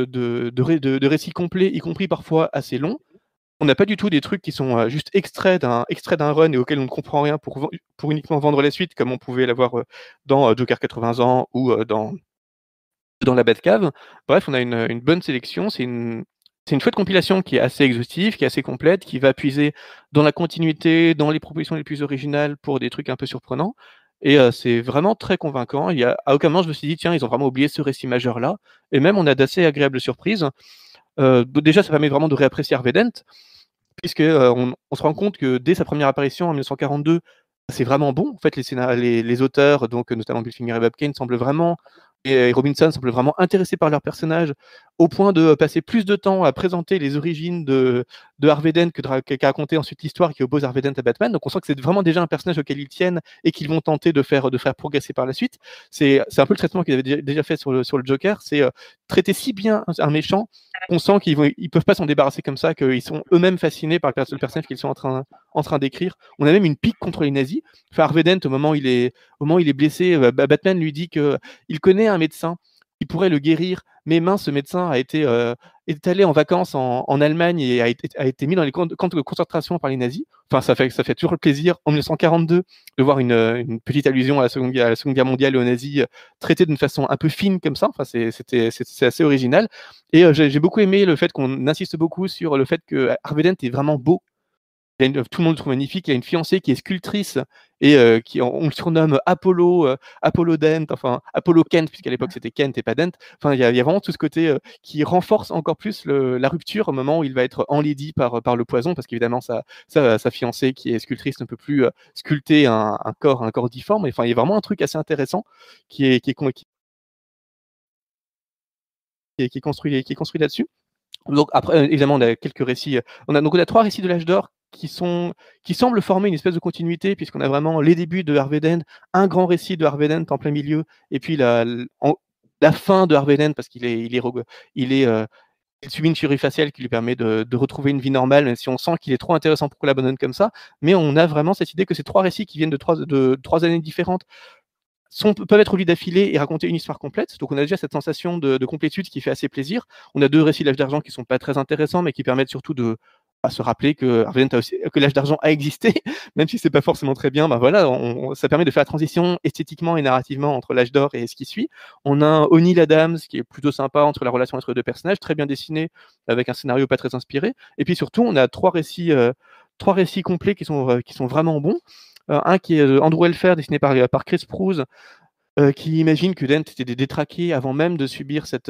de récits complets, y compris parfois assez longs. On n'a pas du tout des trucs qui sont juste extraits d'un run et auxquels on ne comprend rien pour uniquement vendre la suite, comme on pouvait l'avoir dans Joker 80 ans ou dans la Batcave. Bref, on a une bonne sélection. C'est une chouette compilation qui est assez exhaustive, qui est assez complète, qui va puiser dans la continuité, dans les propositions les plus originales pour des trucs un peu surprenants. Et c'est vraiment très convaincant. À aucun moment, je me suis dit, tiens, ils ont vraiment oublié ce récit majeur-là. Et même, on a d'assez agréables surprises. Déjà, ça permet vraiment de réapprécier Harvey Dent, puisque on se rend compte que dès sa première apparition en 1942, c'est vraiment bon. En fait, les auteurs, donc notamment Bill Finger et Bob Kane, et Robinson semblent vraiment intéressés par leur personnage, au point de passer plus de temps à présenter les origines de Harvey Dent qu'à raconter ensuite l'histoire qui oppose Harvey Dent à Batman. Donc on sent que c'est vraiment déjà un personnage auquel ils tiennent et qu'ils vont tenter de faire progresser par la suite. C'est un peu le traitement qu'ils avaient déjà fait sur le Joker, c'est traiter si bien un méchant qu'on sent qu'ils peuvent pas s'en débarrasser comme ça, qu'ils sont eux-mêmes fascinés par le personnage qu'ils sont en train d'écrire. On a même une pique contre les nazis. Enfin, Harvey Dent, au moment où il est blessé, Batman lui dit qu'il connaît un médecin qui pourrait le guérir, mais mince, ce médecin est allé en vacances en Allemagne et a été mis dans les camps de concentration par les nazis. Enfin, ça fait toujours plaisir, en 1942, de voir une petite allusion à la Seconde Guerre mondiale et aux nazis traitée d'une façon un peu fine comme ça. Enfin, c'est assez original. Et j'ai beaucoup aimé le fait qu'on insiste beaucoup sur le fait que Harvey Dent est vraiment beau. Tout le monde le trouve magnifique. Il y a une fiancée qui est sculptrice et on le surnomme Apollo Dent, enfin Apollo Kent, puisqu'à l'époque c'était Kent et pas Dent. Enfin, il y a vraiment tout ce côté qui renforce encore plus la rupture au moment où il va être enlaidi par le poison, parce qu'évidemment sa fiancée qui est sculptrice ne peut plus sculpter un corps difforme. Enfin, il y a vraiment un truc assez intéressant qui est construit là-dessus. Donc après, évidemment, on a quelques récits. On a 3 récits de l'âge d'or qui semblent former une espèce de continuité, puisqu'on a vraiment les débuts de Harvey Dent, un grand récit de Harvey Dent en plein milieu, et puis la fin de Harvey Dent, parce qu'il subit une chirurgie faciale qui lui permet de retrouver une vie normale, même si on sent qu'il est trop intéressant pour qu'on l'abandonne comme ça. Mais on a vraiment cette idée que ces 3 récits qui viennent de 3 années différentes peuvent être lus d'affilée et raconter une histoire complète. Donc on a déjà cette sensation de complétude qui fait assez plaisir. On a 2 récits de l'âge d'argent qui sont pas très intéressants, mais qui permettent surtout de se rappeler que l'âge d'argent a existé, même si c'est pas forcément très bien. Ben voilà, ça permet de faire la transition esthétiquement et narrativement entre l'âge d'or et ce qui suit. On a un O'Neill Adams qui est plutôt sympa entre la relation entre les 2 personnages, très bien dessiné, avec un scénario pas très inspiré. Et puis surtout, on a 3 récits complets qui sont vraiment bons. Un qui est Andrew Elfer, dessiné par Chris Pruse, qui imagine que Dent était détraqué avant même de subir cette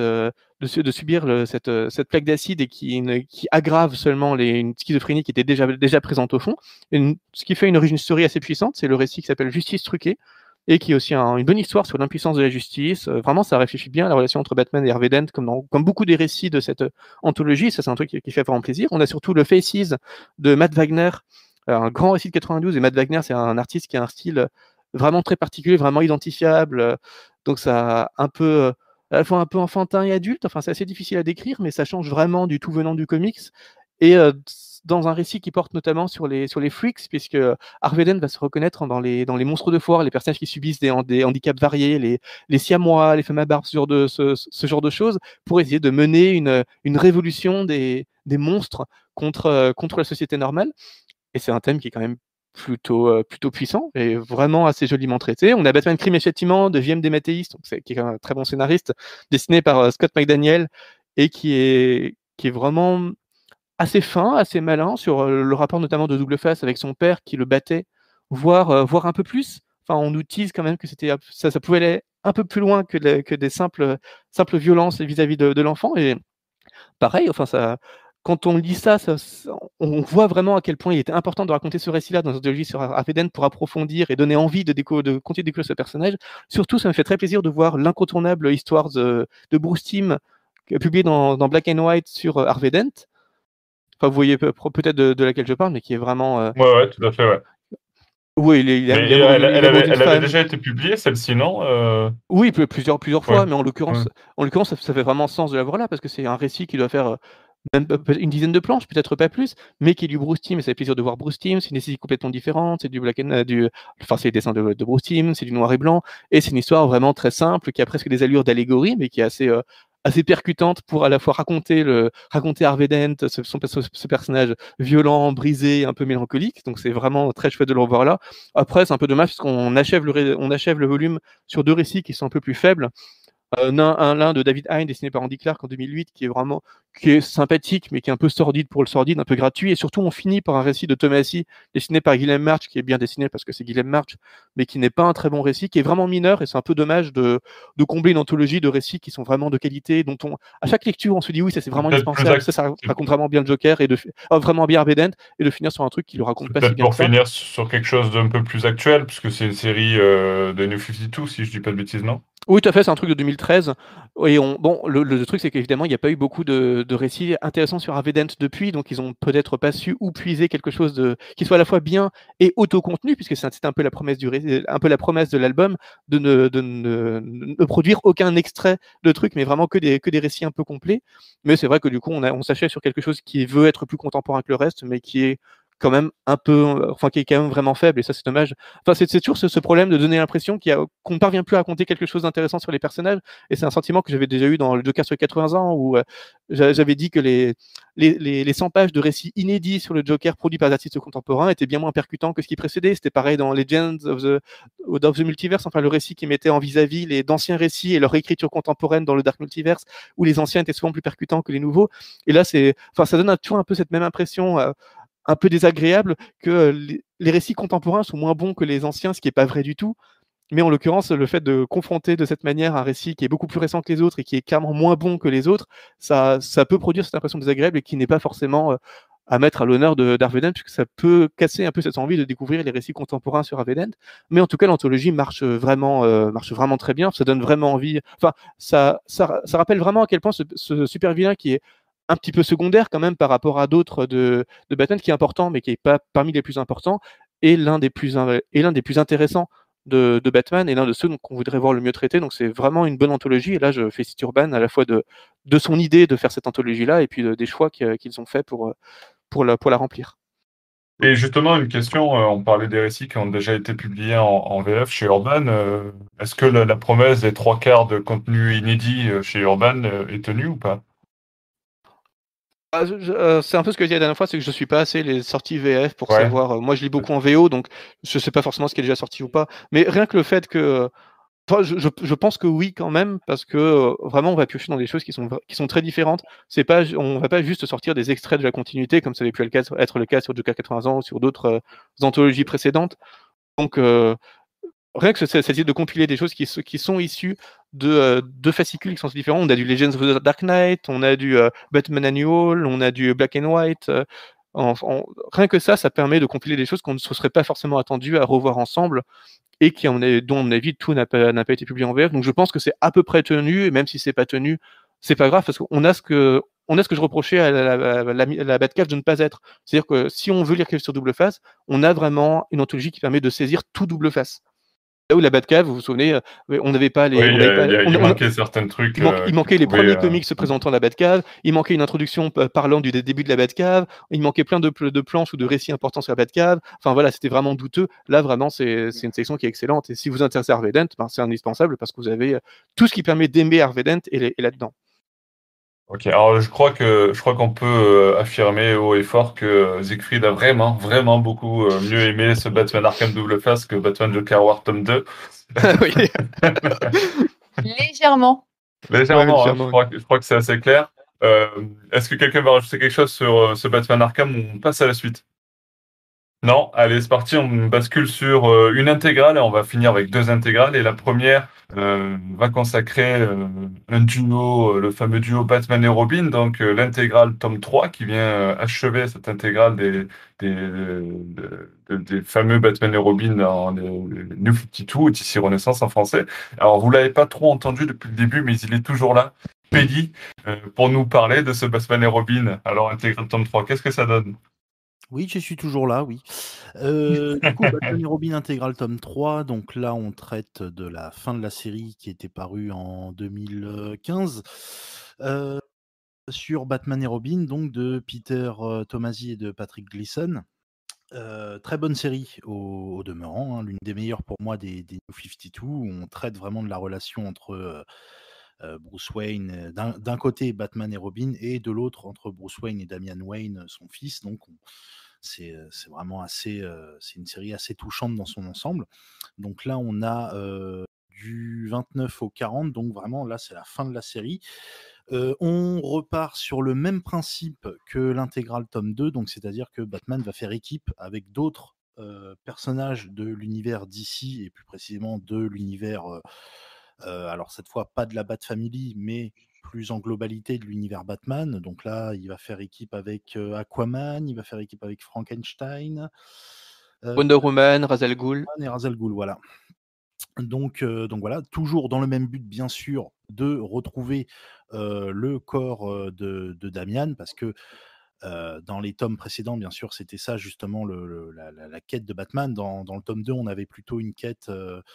plaque d'acide et qui aggrave seulement une schizophrénie qui était déjà présente au fond. Ce qui fait une origin story assez puissante, c'est le récit qui s'appelle Justice truquée et qui est aussi une bonne histoire sur l'impuissance de la justice. Vraiment, ça réfléchit bien à la relation entre Batman et Harvey Dent, comme beaucoup des récits de cette anthologie. Ça, c'est un truc qui fait vraiment plaisir. On a surtout le Faces de Matt Wagner, un grand récit de 92, et Matt Wagner, c'est un artiste qui a un style vraiment très particulier, vraiment identifiable. Donc ça à la fois un peu enfantin et adulte. Enfin, c'est assez difficile à décrire, mais ça change vraiment du tout venant du comics. Et dans un récit qui porte notamment sur les freaks, puisque Harvey Dent va se reconnaître dans les monstres de foire, les personnages qui subissent des handicaps variés, les siamois, les femmes à barbe, ce genre de choses, pour essayer de mener une révolution des monstres contre la société normale. Et c'est un thème qui est quand même plutôt puissant et vraiment assez joliment traité. On a Batman Crime et Châtiment de J.M. DeMatteis, qui est un très bon scénariste, dessiné par Scott McDaniel et qui est vraiment assez fin, assez malin sur le rapport notamment de Double Face avec son père qui le battait, voire un peu plus. Enfin, on nous tease quand même que ça pouvait aller un peu plus loin que des simples violences vis-à-vis de l'enfant. Et pareil, enfin, quand on lit ça, on voit vraiment à quel point il était important de raconter ce récit-là dans une anthologie sur Harvey Dent pour approfondir et donner envie de continuer de découvrir ce personnage. Surtout, ça me fait très plaisir de voir l'incontournable histoire de Bruce Timm publiée dans Black and White sur Harvey Dent. Enfin, vous voyez peut-être de laquelle je parle, mais qui est vraiment. Ouais, tout à fait, ouais. Oui, elle avait déjà été publiée, celle-ci, non Oui, plusieurs fois, Ouais. mais en l'occurrence, ça fait vraiment sens de la voir là, parce que c'est un récit qui doit faire même une dizaine de planches, peut-être pas plus, mais qui est du Bruce Timm, et ça fait plaisir de voir Bruce Timm. C'est une esthétique complètement différente, c'est du enfin, c'est les dessins de Bruce Timm, c'est du noir et blanc, et c'est une histoire vraiment très simple, qui a presque des allures d'allégorie, mais qui est assez percutante pour à la fois raconter Harvey Dent, ce personnage violent, brisé, un peu mélancolique. Donc c'est vraiment très chouette de le revoir là. Après, c'est un peu dommage parce qu'on achève le volume sur deux récits qui sont un peu plus faibles. L'un de David Hein, dessiné par Andy Clark en 2008, qui est sympathique, mais qui est un peu sordide pour le sordide, un peu gratuit. Et surtout, on finit par un récit de Tomasi, dessiné par Guillem March, qui est bien dessiné parce que c'est Guillem March, mais qui n'est pas un très bon récit, qui est vraiment mineur. Et c'est un peu dommage de combler une anthologie de récits qui sont vraiment de qualité, dont à chaque lecture, on se dit oui, ça c'est vraiment indispensable, ça raconte vraiment bien le Joker, vraiment bien Harvey Dent, et de finir sur un truc qui le raconte pas si bien que ça. Pour finir sur quelque chose d'un peu plus actuel, puisque c'est une série de New 52, si je dis pas de bêtises, non? Oui, tout à fait, c'est un truc de 2013. Et le truc, c'est qu'évidemment, il n'y a pas eu beaucoup de récits intéressants sur Harvey Dent depuis, donc ils ont peut-être pas su ou puiser quelque chose qui soit à la fois bien et autocontenu, puisque c'était un peu la promesse de l'album, de ne produire aucun extrait de trucs, mais vraiment que des récits un peu complets. Mais c'est vrai que du coup, on s'achève sur quelque chose qui veut être plus contemporain que le reste, mais qui est quand même qui est quand même vraiment faible, et ça c'est dommage. Enfin, c'est toujours ce problème de donner l'impression qu'on ne parvient plus à raconter quelque chose d'intéressant sur les personnages, et c'est un sentiment que j'avais déjà eu dans le Joker sur les 80 ans, où j'avais dit que les 100 pages de récits inédits sur le Joker produits par des artistes contemporains étaient bien moins percutants que ce qui précédait. C'était pareil dans Legends of the Multiverse, enfin le récit qui mettait en vis-à-vis les d'anciens récits et leur réécriture contemporaine dans le Dark Multiverse, où les anciens étaient souvent plus percutants que les nouveaux. Et là, ça donne toujours un peu cette même impression un peu désagréable que les récits contemporains sont moins bons que les anciens, ce qui n'est pas vrai du tout. Mais en l'occurrence, le fait de confronter de cette manière un récit qui est beaucoup plus récent que les autres et qui est clairement moins bon que les autres, ça peut produire cette impression désagréable et qui n'est pas forcément à mettre à l'honneur d'Harvey Dent, puisque ça peut casser un peu cette envie de découvrir les récits contemporains sur Harvey Dent. Mais en tout cas, l'anthologie marche vraiment très bien. Ça donne vraiment envie. Enfin, ça rappelle vraiment à quel point ce super vilain qui est un petit peu secondaire quand même par rapport à d'autres de Batman, qui est important, mais qui n'est pas parmi les plus importants, et l'un des plus intéressants de Batman, et l'un de ceux qu'on voudrait voir le mieux traité. Donc c'est vraiment une bonne anthologie, et là je félicite Urban à la fois de son idée de faire cette anthologie-là, et puis des choix qu'ils ont fait pour la remplir. Et justement, une question, on parlait des récits qui ont déjà été publiés en VF chez Urban. Est-ce que la promesse des 3/4 de contenu inédit chez Urban est tenue ou pas? C'est un peu ce que je disais la dernière fois, c'est que je suis pas assez les sorties VF pour Ouais. savoir. Moi, je lis beaucoup en VO, donc je sais pas forcément ce qui est déjà sorti ou pas. Mais rien que le fait que, je pense que oui quand même, parce que vraiment on va piocher dans des choses qui sont très différentes. On va pas juste sortir des extraits de la continuité comme ça avait pu être le cas sur Joker 80 ans ou sur d'autres anthologies précédentes. Donc rien que cette idée de compiler des choses qui sont issues de fascicules qui sont différents. On a du Legends of the Dark Knight, on a du Batman Annual, on a du Black and White. Rien que ça permet de compiler des choses qu'on ne se serait pas forcément attendu à revoir ensemble, et dont, à mon avis, tout n'a pas été publié en VF. Donc je pense que c'est à peu près tenu, et même si c'est pas tenu, c'est pas grave, parce qu'on a ce que je reprochais à la Batcave de ne pas être. C'est-à-dire que si on veut lire quelque chose sur Double Face, on a vraiment une anthologie qui permet de saisir tout Double Face. Là où la Batcave, vous vous souvenez, on n'avait pas les. Oui, il manquait certains trucs. Il manquait les premiers comics se présentant la Batcave, il manquait une introduction parlant du début de la Batcave, il manquait plein de planches ou de récits importants sur la Batcave. Enfin voilà, c'était vraiment douteux. Là, vraiment, c'est une section qui est excellente. Et si vous vous intéressez à Harvey Dent, c'est indispensable parce que vous avez tout ce qui permet d'aimer Harvey Dent est là-dedans. Ok, alors je crois qu'on peut affirmer haut et fort que Siegfried a vraiment, vraiment beaucoup mieux aimé ce Batman Arkham Double Face que Batman Joker War tome 2. Oui, Légèrement. ouais, Légèrement, hein, légèrement. Oui. je crois que c'est assez clair. Euh, Est-ce que quelqu'un va rajouter quelque chose sur ce Batman Arkham ou on passe à la suite? Non, allez, c'est parti, on bascule sur une intégrale et on va finir avec deux intégrales. Et la première va consacrer un duo, le fameux duo Batman et Robin, donc l'intégrale tome 3 qui vient achever cette intégrale des fameux Batman et Robin en New 52 ou DC Renaissance en français. Alors, vous l'avez pas trop entendu depuis le début, mais il est toujours là. Peggy, pour nous parler de ce Batman et Robin. Alors, intégrale tome 3, qu'est-ce que ça donne? Oui, je suis toujours là, oui. Du coup, Batman et Robin intégral tome 3, donc là, on traite de la fin de la série qui était parue en 2015, sur Batman et Robin, donc de Peter, Tomasi et de Patrick Gleason. Très bonne série au demeurant, hein, l'une des meilleures pour moi des New 52, où on traite vraiment de la relation entre, Bruce Wayne, d'un côté Batman et Robin et de l'autre entre Bruce Wayne et Damian Wayne, son fils. Donc c'est vraiment assez, c'est une série assez touchante dans son ensemble. Donc là, on a, du 29 au 40, donc vraiment là, c'est la fin de la série. On repart sur le même principe que l'intégrale tome 2, donc c'est-à-dire que Batman va faire équipe avec d'autres, personnages de l'univers DC et plus précisément de l'univers, alors cette fois pas de la Bat Family, mais plus en globalité de l'univers Batman. Donc là, il va faire équipe avec, Aquaman, il va faire équipe avec Frankenstein, Wonder Woman, Ra's al Ghul. et Ra's al Ghul, voilà. Donc voilà, toujours dans le même but, bien sûr, de retrouver, le corps, de Damian, parce que, dans les tomes précédents, bien sûr, c'était ça justement la quête de Batman. Dans le tome 2, on avait plutôt une quête,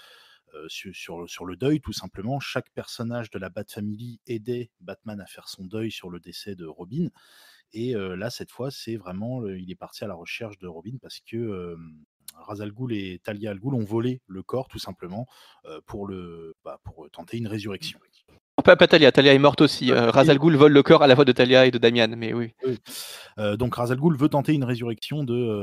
sur le deuil, tout simplement. Chaque personnage de la Bat Family aidait Batman à faire son deuil sur le décès de Robin. Et là, cette fois, c'est vraiment, il est parti à la recherche de Robin parce que Ra's al Ghul et Talia al Ghul ont volé le corps, tout simplement, pour tenter une résurrection. Pas Talia, Talia est morte aussi. Ra's al Ghul vole le corps à la fois de Talia et de Damian, mais oui. Oui. Donc Ra's al Ghul veut tenter une résurrection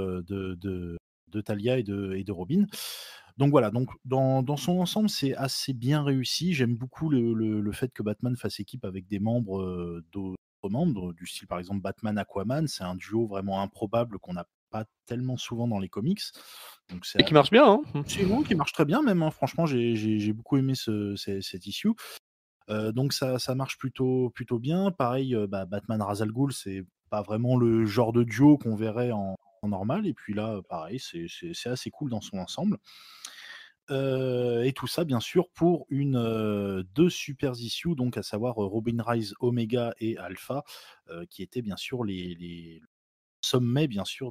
de Talia et de Robin. Donc voilà, donc dans son ensemble, c'est assez bien réussi. J'aime beaucoup le fait que Batman fasse équipe avec des membres, d'autres membres, du style par exemple Batman Aquaman. C'est un duo vraiment improbable qu'on n'a pas tellement souvent dans les comics. Donc Et qui marche bien, hein. c'est bon, qui marche très bien même, hein. Franchement, j'ai beaucoup aimé cet issue. Donc ça marche plutôt bien. Pareil, Batman Ra's al Ghul, c'est pas vraiment le genre de duo qu'on verrait en normal. Et puis là, pareil, c'est assez cool dans son ensemble. Et tout ça, bien sûr, pour 2 super issues, donc à savoir, Robin Rise Omega et Alpha, qui étaient bien sûr les sommets, bien sûr,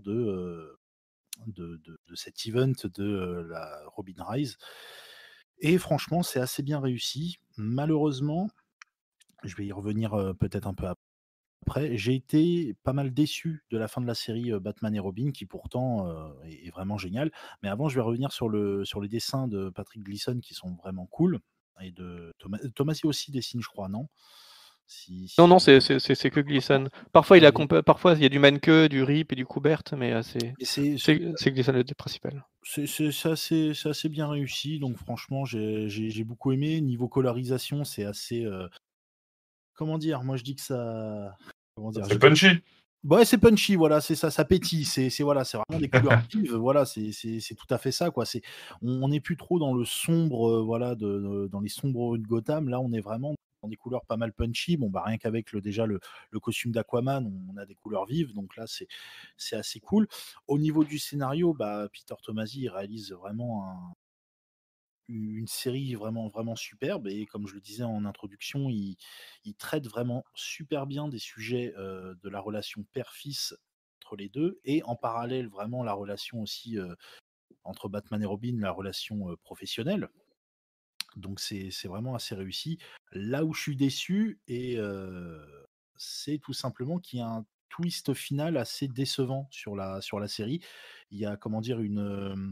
de cet event de, la Robin Rise. Et franchement, c'est assez bien réussi. Malheureusement, je vais y revenir, peut-être un peu après, j'ai été pas mal déçu de la fin de la série, Batman et Robin, qui pourtant, est vraiment géniale. Mais avant, je vais revenir sur les dessins de Patrick Gleason qui sont vraiment cool, et de Tomasi aussi dessine, je crois, non? Non, Si non, c'est que Gleason. Parfois, parfois, il y a du Manke, du Rip et du Kubert, mais et c'est c'est Gleason le principal. c'est assez bien réussi, donc franchement, j'ai beaucoup aimé. Niveau colorisation, c'est assez, comment dire? Moi, je dis que ça, comment dire? C'est punchy. Ouais, c'est punchy, voilà, c'est ça, ça pétille, voilà, c'est vraiment des couleurs vives, voilà, c'est tout à fait ça, quoi. On n'est plus trop dans le sombre, voilà, dans les sombres rues de Gotham. Là, on est vraiment dans des couleurs pas mal punchy. Bon, bah, rien qu'avec déjà le costume d'Aquaman, on a des couleurs vives, donc là, c'est assez cool. Au niveau du scénario, bah, Peter Tomasi, il réalise vraiment une série vraiment, vraiment superbe, et comme je le disais en introduction, il traite vraiment super bien des sujets, de la relation père-fils entre les 2, et en parallèle vraiment la relation aussi, entre Batman et Robin, la relation, professionnelle. Donc c'est vraiment assez réussi. Là où je suis déçu, c'est tout simplement qu'il y a un twist final assez décevant sur la série. Il y a, comment dire,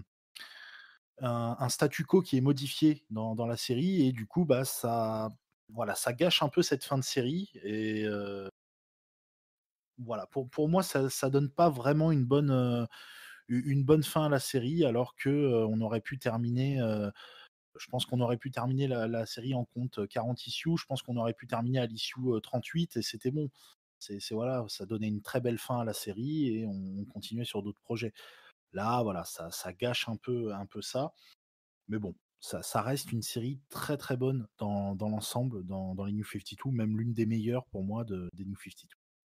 un statu quo qui est modifié dans la série, et du coup, bah, ça voilà, ça gâche un peu cette fin de série et voilà, pour moi, ça donne pas vraiment une bonne fin à la série alors que, on aurait pu terminer, je pense qu'on aurait pu terminer la série en compte 40 issues. Je pense qu'on aurait pu terminer à l'issue 38 et c'était bon. Voilà, ça donnait une très belle fin à la série et on continuait sur d'autres projets. Là, voilà, ça gâche un peu ça. Mais bon, ça reste une série très très bonne dans l'ensemble, dans les New 52, même l'une des meilleures pour moi des New 52.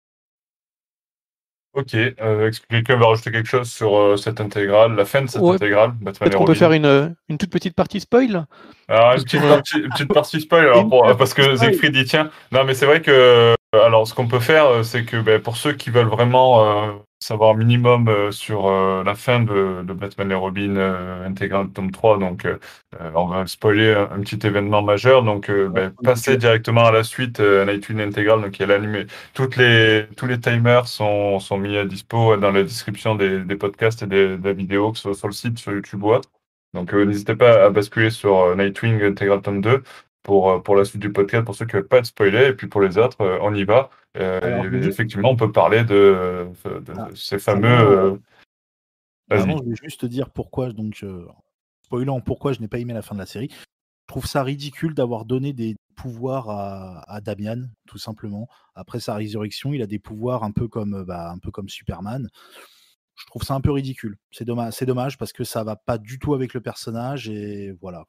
Ok, est-ce que quelqu'un va rajouter quelque chose sur cette intégrale, la fin de cette Ouais, intégrale, Batman et peut-être qu'on peut faire Robin? une toute petite partie spoil Alors, sur. une petite partie spoil, Et alors une parce partie que spoil. Siegfried y tient. Non, mais c'est vrai que, alors, ce qu'on peut faire, c'est que ben, pour ceux qui veulent vraiment savoir un minimum sur la fin de Batman et Robin intégrale tome 3, donc on va spoiler un petit événement majeur. Donc, Ouais, ben, on est passer dur. directement à la suite, Nightwing Integral, donc il y a l'animé. Tous les timers sont mis à dispo dans la description des podcasts et de la vidéo, que ce soit sur le site, sur YouTube ou autre. Donc, n'hésitez pas à basculer sur Nightwing Integral Tome 2 pour la suite du podcast, pour ceux qui ne veulent pas être spoilés. Et puis pour les autres, on y va. Alors, je vais Et juste. effectivement, on peut parler Ah, de ces fameux. avant, Vas-y. je vais juste te dire pourquoi, donc, spoilant pourquoi je n'ai pas aimé la fin de la série. Je trouve ça ridicule d'avoir donné des pouvoirs à Damian, tout simplement. Après sa résurrection, il a des pouvoirs un peu comme Superman. Je trouve ça un peu ridicule. C'est dommage parce que ça va pas du tout avec le personnage et voilà.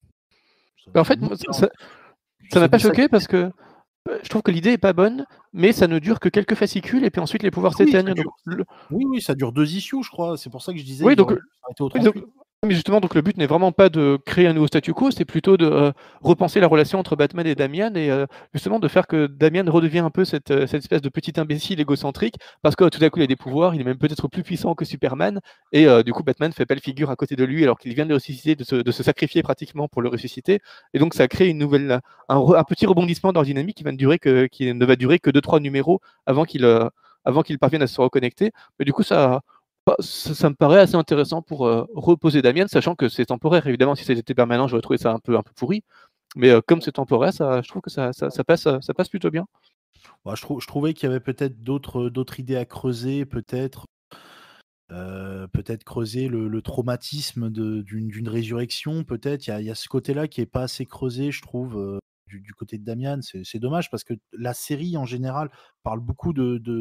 En Ça fait, me moi, dérange. ça m'a C'est pas de ça. choqué parce que je trouve que l'idée est pas bonne, mais ça ne dure que quelques fascicules et puis ensuite les pouvoirs Oui, ça s'éteignent. Donc, dure. Oui, ça dure 2 issues, je crois. C'est pour ça que je disais oui, ils donc auraient pu s'arrêter au oui, donc 38. mais justement, donc le but n'est vraiment pas de créer un nouveau statu quo, c'est plutôt de repenser la relation entre Batman et Damian et justement de faire que Damian redevient un peu cette espèce de petit imbécile égocentrique parce que tout à coup il a des pouvoirs, il est même peut-être plus puissant que Superman et du coup Batman fait belle figure à côté de lui alors qu'il vient de le ressusciter, de se sacrifier pratiquement pour le ressusciter et donc ça crée une nouvelle, un petit rebondissement dans la dynamique qui ne va durer que 2-3 numéros avant qu'il parvienne à se reconnecter. Mais du coup ça me paraît assez intéressant pour reposer Damien, sachant que c'est temporaire. Évidemment, si c'était permanent, j'aurais trouvé ça un peu pourri. Mais comme c'est temporaire, je trouve que ça passe plutôt bien. Ouais, je trouvais qu'il y avait peut-être d'autres idées à creuser, peut-être creuser le traumatisme d'une résurrection, peut-être. Il y a ce côté-là qui est pas assez creusé, je trouve, du côté de Damian. C'est dommage parce que la série, en général, parle beaucoup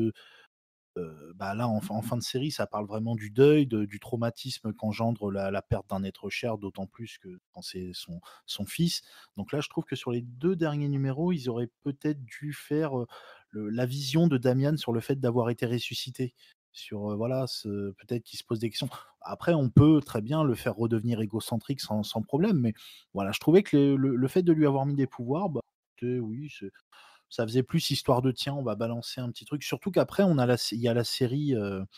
bah, là, en fin de série, ça parle vraiment du deuil, du traumatisme qu'engendre la perte d'un être cher, d'autant plus que quand c'est son fils. Donc là, je trouve que sur les 2 derniers numéros, ils auraient peut-être dû faire, la vision de Damian sur le fait d'avoir été ressuscité. Sur, voilà, peut-être qu'il se pose des questions. Après, on peut très bien le faire redevenir égocentrique sans problème, mais voilà, je trouvais que le fait de lui avoir mis des pouvoirs, bah, écoutez, oui, ça faisait plus histoire de tiens, on va balancer un petit truc. Surtout qu'après, il y a la série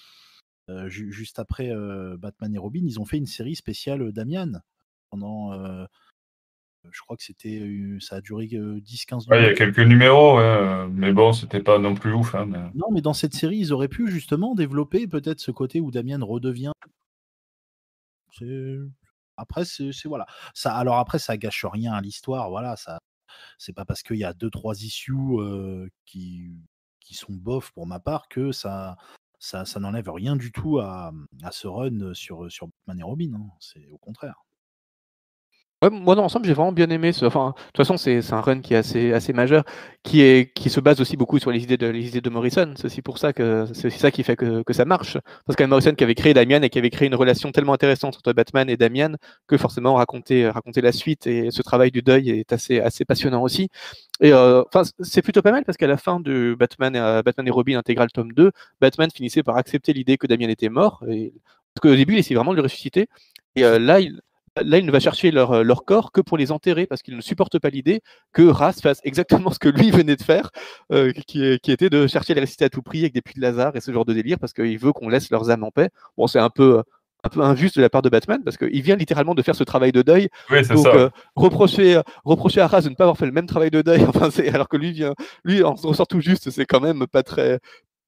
juste après Batman et Robin, ils ont fait une série spéciale Damian pendant, je crois que ça a duré 10-15 Ouais, il y a numéros. quelques numéros, ouais, mais bon, c'était pas non plus ouf. Hein, Non, mais dans cette série, ils auraient pu justement développer peut-être ce côté où Damian redevient. c'est- Après, voilà. Alors après, ça gâche rien à l'histoire. Voilà, c'est pas parce qu'il y a 2-3 issues qui sont bof pour ma part que ça n'enlève rien du tout à ce run sur Batman et Robin, hein. C'est au contraire. Ouais, moi, dans l'ensemble, j'ai vraiment bien aimé enfin, de toute façon, c'est un run qui est assez majeur, qui se base aussi beaucoup sur les idées de Morrison. C'est aussi ça qui fait que ça marche. Parce que Morrison qui avait créé Damian et qui avait créé une relation tellement intéressante entre Batman et Damian que forcément raconter la suite et ce travail du deuil est assez passionnant aussi. Et enfin, c'est plutôt pas mal parce qu'à la fin de Batman et Robin intégral tome 2, Batman finissait par accepter l'idée que Damian était mort. Parce qu'au début, il essayait vraiment de le ressusciter. Et là, il ne va chercher leur corps que pour les enterrer parce qu'il ne supporte pas l'idée que Ra's fasse exactement ce que lui venait de faire, qui était de chercher à les ressusciter à tout prix avec des puits de Lazare et ce genre de délire parce qu'il veut qu'on laisse leurs âmes en paix. Bon, c'est un peu injuste de la part de Batman parce qu'il vient littéralement de faire ce travail de deuil. oui, c'est Donc, ça. reprocher à Ra's de ne pas avoir fait le même travail de deuil, enfin, alors que lui en ressort tout juste, c'est quand même pas très,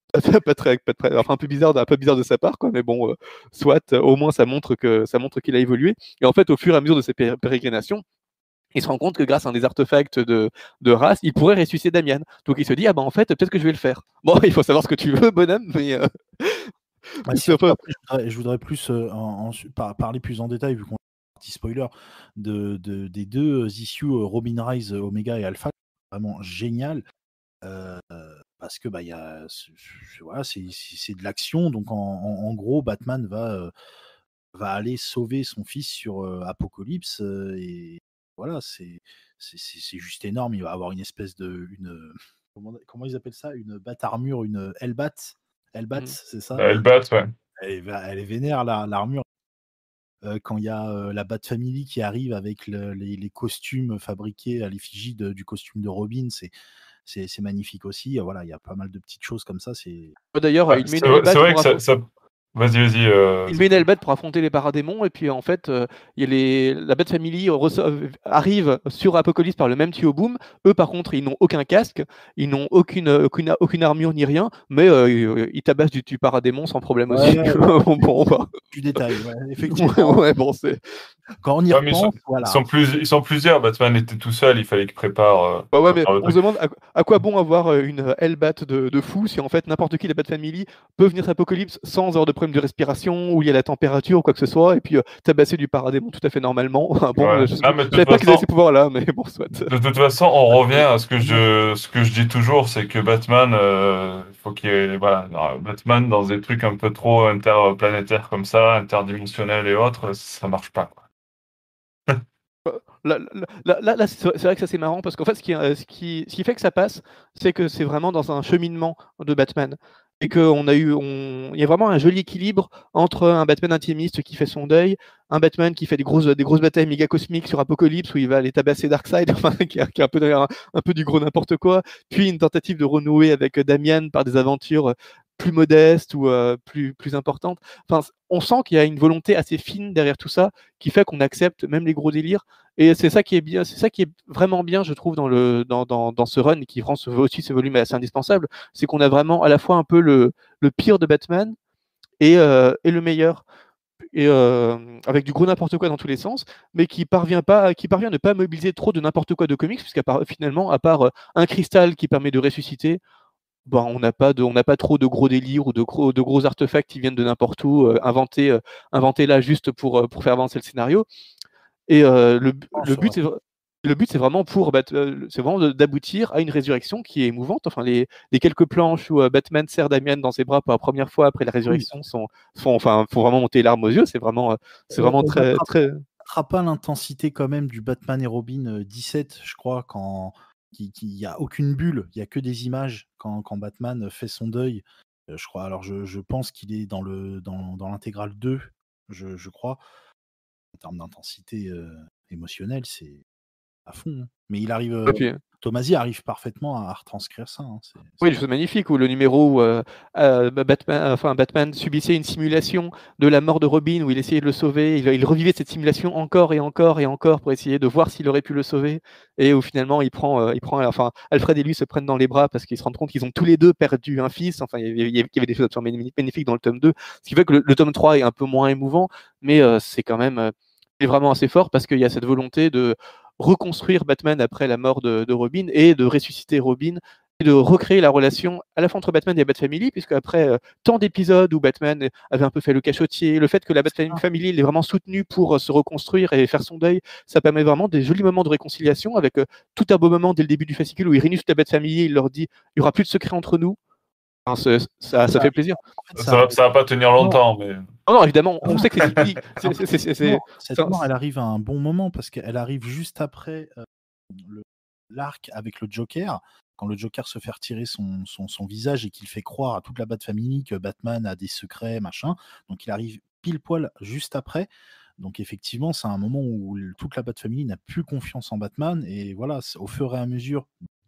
enfin, un peu bizarre de sa part, quoi. Mais bon, soit, au moins ça montre qu'il a évolué. Et en fait, au fur et à mesure de ses pérégrinations, il se rend compte que grâce à un des artefacts de race, il pourrait ressusciter Damian. Donc il se dit, ah bah en fait, peut-être que je vais le faire. Bon, il faut savoir ce que tu veux, bonhomme, mais c'est un Surtout peu... après, je voudrais plus parler plus en détail, vu qu'on a un petit spoiler, des deux issues Robin Rise, Omega et Alpha, vraiment génial. Parce que bah, voilà, c'est de l'action. Donc en gros, Batman va aller sauver son fils sur Apocalypse. Et voilà, c'est juste énorme. Il va avoir une espèce comment ils appellent ça? Une bat-armure, une Hellbat. Hellbat, Mhm. c'est ça? Hellbat, ouais. Elle est vénère, l'armure. Quand il y a la Bat Family qui arrive avec les costumes fabriqués à l'effigie du costume de Robin, c'est magnifique aussi. Voilà, il y a pas mal de petites choses comme ça. D'ailleurs, Ouais, il met une c'est Hellbat vrai pour que ça... Vas-y, vas-y. Il met une Hellbat pour affronter les paradémons, et puis en fait, il y a la Bat Family arrive sur Apocalypse par le même tuyau boom. Eux, par contre, ils n'ont aucun casque, ils n'ont aucune armure ni rien, mais ils tabassent du paradémon sans problème aussi. Ouais, Bon, bah. du détail, ouais, effectivement. Ouais, bon, c'est. Quand on y Ouais, mais repense, voilà. ils sont plusieurs. Batman était tout seul, il fallait qu'il prépare, Bah ouais, mais prépare le on se truc. demande à quoi bon avoir une Hellbat de fou si en fait n'importe qui, la Bat Family, peut venir Apocalypse sans avoir de problème de respiration, ou il y a la température ou quoi que ce soit, et puis tabasser du paradémon tout à fait normalement. Bon, Ouais. je Non, mais savais pas qu'ils avaient ces pouvoirs-là, mais bon, soit. de toute façon, on revient à ce que je dis toujours, c'est que Batman, faut qu'il y ait, voilà, non, Batman dans des trucs un peu trop interplanétaires comme ça, interdimensionnels et autres, ça marche pas, quoi. Là, c'est vrai que ça c'est marrant parce qu'en fait, ce qui fait que ça passe, c'est que c'est vraiment dans un cheminement de Batman. Et il y a vraiment un joli équilibre entre un Batman intimiste qui fait son deuil, un Batman qui fait des grosses batailles méga cosmiques sur Apocalypse où il va aller tabasser Darkseid, enfin, qui est un peu, d'ailleurs, un peu du gros n'importe quoi, puis une tentative de renouer avec Damian par des aventures plus modestes ou plus importantes. Enfin, on sent qu'il y a une volonté assez fine derrière tout ça qui fait qu'on accepte même les gros délires. Et c'est ça qui est bien, c'est ça qui est vraiment bien, je trouve, dans ce run et qui rend aussi ce volume assez indispensable, c'est qu'on a vraiment à la fois un peu le pire de Batman et le meilleur, et avec du gros n'importe quoi dans tous les sens, mais qui parvient à ne pas mobiliser trop de n'importe quoi de comics, finalement, à part un cristal qui permet de ressusciter, bon, on n'a pas trop de gros délires ou de gros artefacts qui viennent de n'importe où, inventés là juste pour faire avancer le scénario. Et le but, c'est vraiment c'est vraiment d'aboutir à une résurrection qui est émouvante. Enfin, les quelques planches où Batman serre Damian dans ses bras pour la première fois après la Oui. résurrection font vraiment monter les larmes aux yeux. C'est vraiment On très, très. battra pas l'intensité quand même du Batman et Robin 17, je crois, qu'il y a aucune bulle, il y a que des images quand Batman fait son deuil. Je crois. Alors je pense qu'il est dans l'intégrale 2, je crois. En termes d'intensité émotionnelle, c'est à fond, hein. Mais Et puis, Tomasi arrive parfaitement à retranscrire ça, hein. oui, des choses magnifiques, où le numéro où Batman subissait une simulation de la mort de Robin, où il essayait de le sauver, il revivait cette simulation encore et encore et encore pour essayer de voir s'il aurait pu le sauver, et où finalement enfin, Alfred et lui se prennent dans les bras parce qu'ils se rendent compte qu'ils ont tous les deux perdu un fils. Enfin, il y avait des choses absolument magnifiques dans le tome 2, ce qui fait que le tome 3 est un peu moins émouvant, mais c'est quand même c'est vraiment assez fort parce qu'il y a cette volonté de reconstruire Batman après la mort de Robin et de ressusciter Robin et de recréer la relation à la fois entre Batman et la Bat-Family, puisque après tant d'épisodes où Batman avait un peu fait le cachotier, le fait que la Bat-Family l'ait vraiment soutenu pour se reconstruire et faire son deuil, ça permet vraiment des jolis moments de réconciliation avec tout un beau moment dès le début du fascicule où il réunit toute la Bat-Family, il leur dit il n'y aura plus de secret entre nous. Enfin, ça fait plaisir. En fait, Ça va pas tenir longtemps, mais Non, non, évidemment, on Non. sait que c'est cyclique. Cette mort, elle arrive à un bon moment parce qu'elle arrive juste après l'arc avec le Joker, quand le Joker se fait retirer son visage et qu'il fait croire à toute la Bat-Family que Batman a des secrets, machin. Donc il arrive pile poil juste après. Donc effectivement, c'est un moment où toute la Bat-Family n'a plus confiance en Batman. Et voilà, au fur et à mesure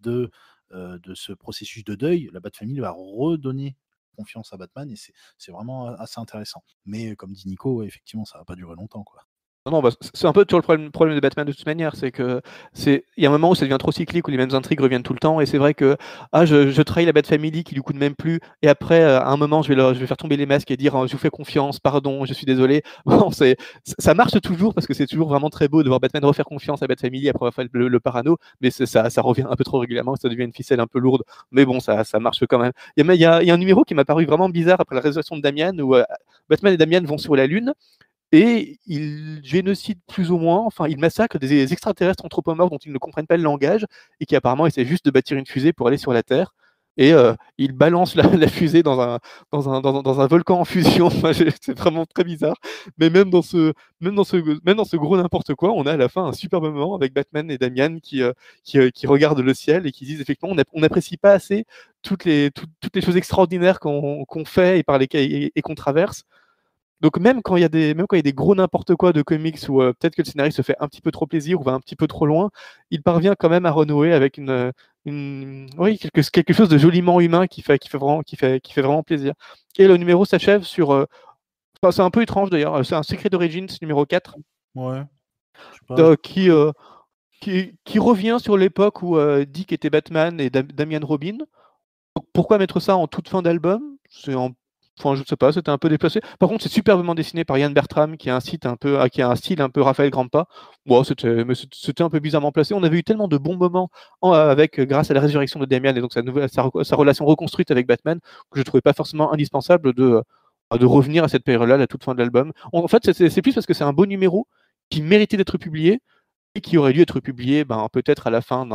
de ce processus de deuil, la Bat-Family va redonner confiance à Batman et c'est vraiment assez intéressant. Mais comme dit Nico, ouais, effectivement, ça va pas durer longtemps, quoi. Non, bah, c'est un peu toujours le problème de Batman de toute manière, c'est que il y a un moment où ça devient trop cyclique, où les mêmes intrigues reviennent tout le temps, et c'est vrai que je trahis la Bat Family qui du coup ne m'aime plus, et après à un moment je vais faire tomber les masques et dire je vous fais confiance, pardon, je suis désolé. Bon, ça marche toujours parce que c'est toujours vraiment très beau de voir Batman refaire confiance à Bat Family après avoir fait le parano, mais ça revient un peu trop régulièrement, ça devient une ficelle un peu lourde, mais bon, ça marche quand même. Il y a un numéro qui m'a paru vraiment bizarre après la résurrection de Damian où Batman et Damian vont sur la Lune. Et ils génocident plus ou moins, enfin, ils massacrent des extraterrestres anthropomorphes dont ils ne comprennent pas le langage et qui apparemment essaient juste de bâtir une fusée pour aller sur la Terre. Et ils balancent la fusée dans un volcan en fusion. C'est vraiment très bizarre. Mais même dans ce gros n'importe quoi, on a à la fin un superbe moment avec Batman et Damian qui regardent le ciel et qui disent effectivement on n'apprécie pas assez toutes les choses extraordinaires qu'on fait et qu'on traverse. Donc même quand il y a des gros n'importe quoi de comics où peut-être que le scénariste se fait un petit peu trop plaisir ou va un petit peu trop loin, il parvient quand même à renouer avec oui, quelque chose de joliment humain qui fait vraiment plaisir. Et le numéro s'achève sur enfin, c'est un peu étrange d'ailleurs, c'est un Secret d'Origins numéro 4 Ouais. Je sais pas. qui revient sur l'époque où Dick était Batman et Damian Robin. Pourquoi mettre ça en toute fin d'album? Enfin, je sais pas, c'était un peu déplacé. Par contre, c'est superbement dessiné par Yann Bertram, qui a un style un peu Raphaël Grampa. Bon, c'était un peu bizarrement placé. On avait eu tellement de bons moments grâce à la résurrection de Damian et donc sa relation reconstruite avec Batman que je trouvais pas forcément indispensable de revenir à cette période-là, à la toute fin de l'album. En fait, c'est plus parce que c'est un beau numéro qui méritait d'être publié et qui aurait dû être publié peut-être à la fin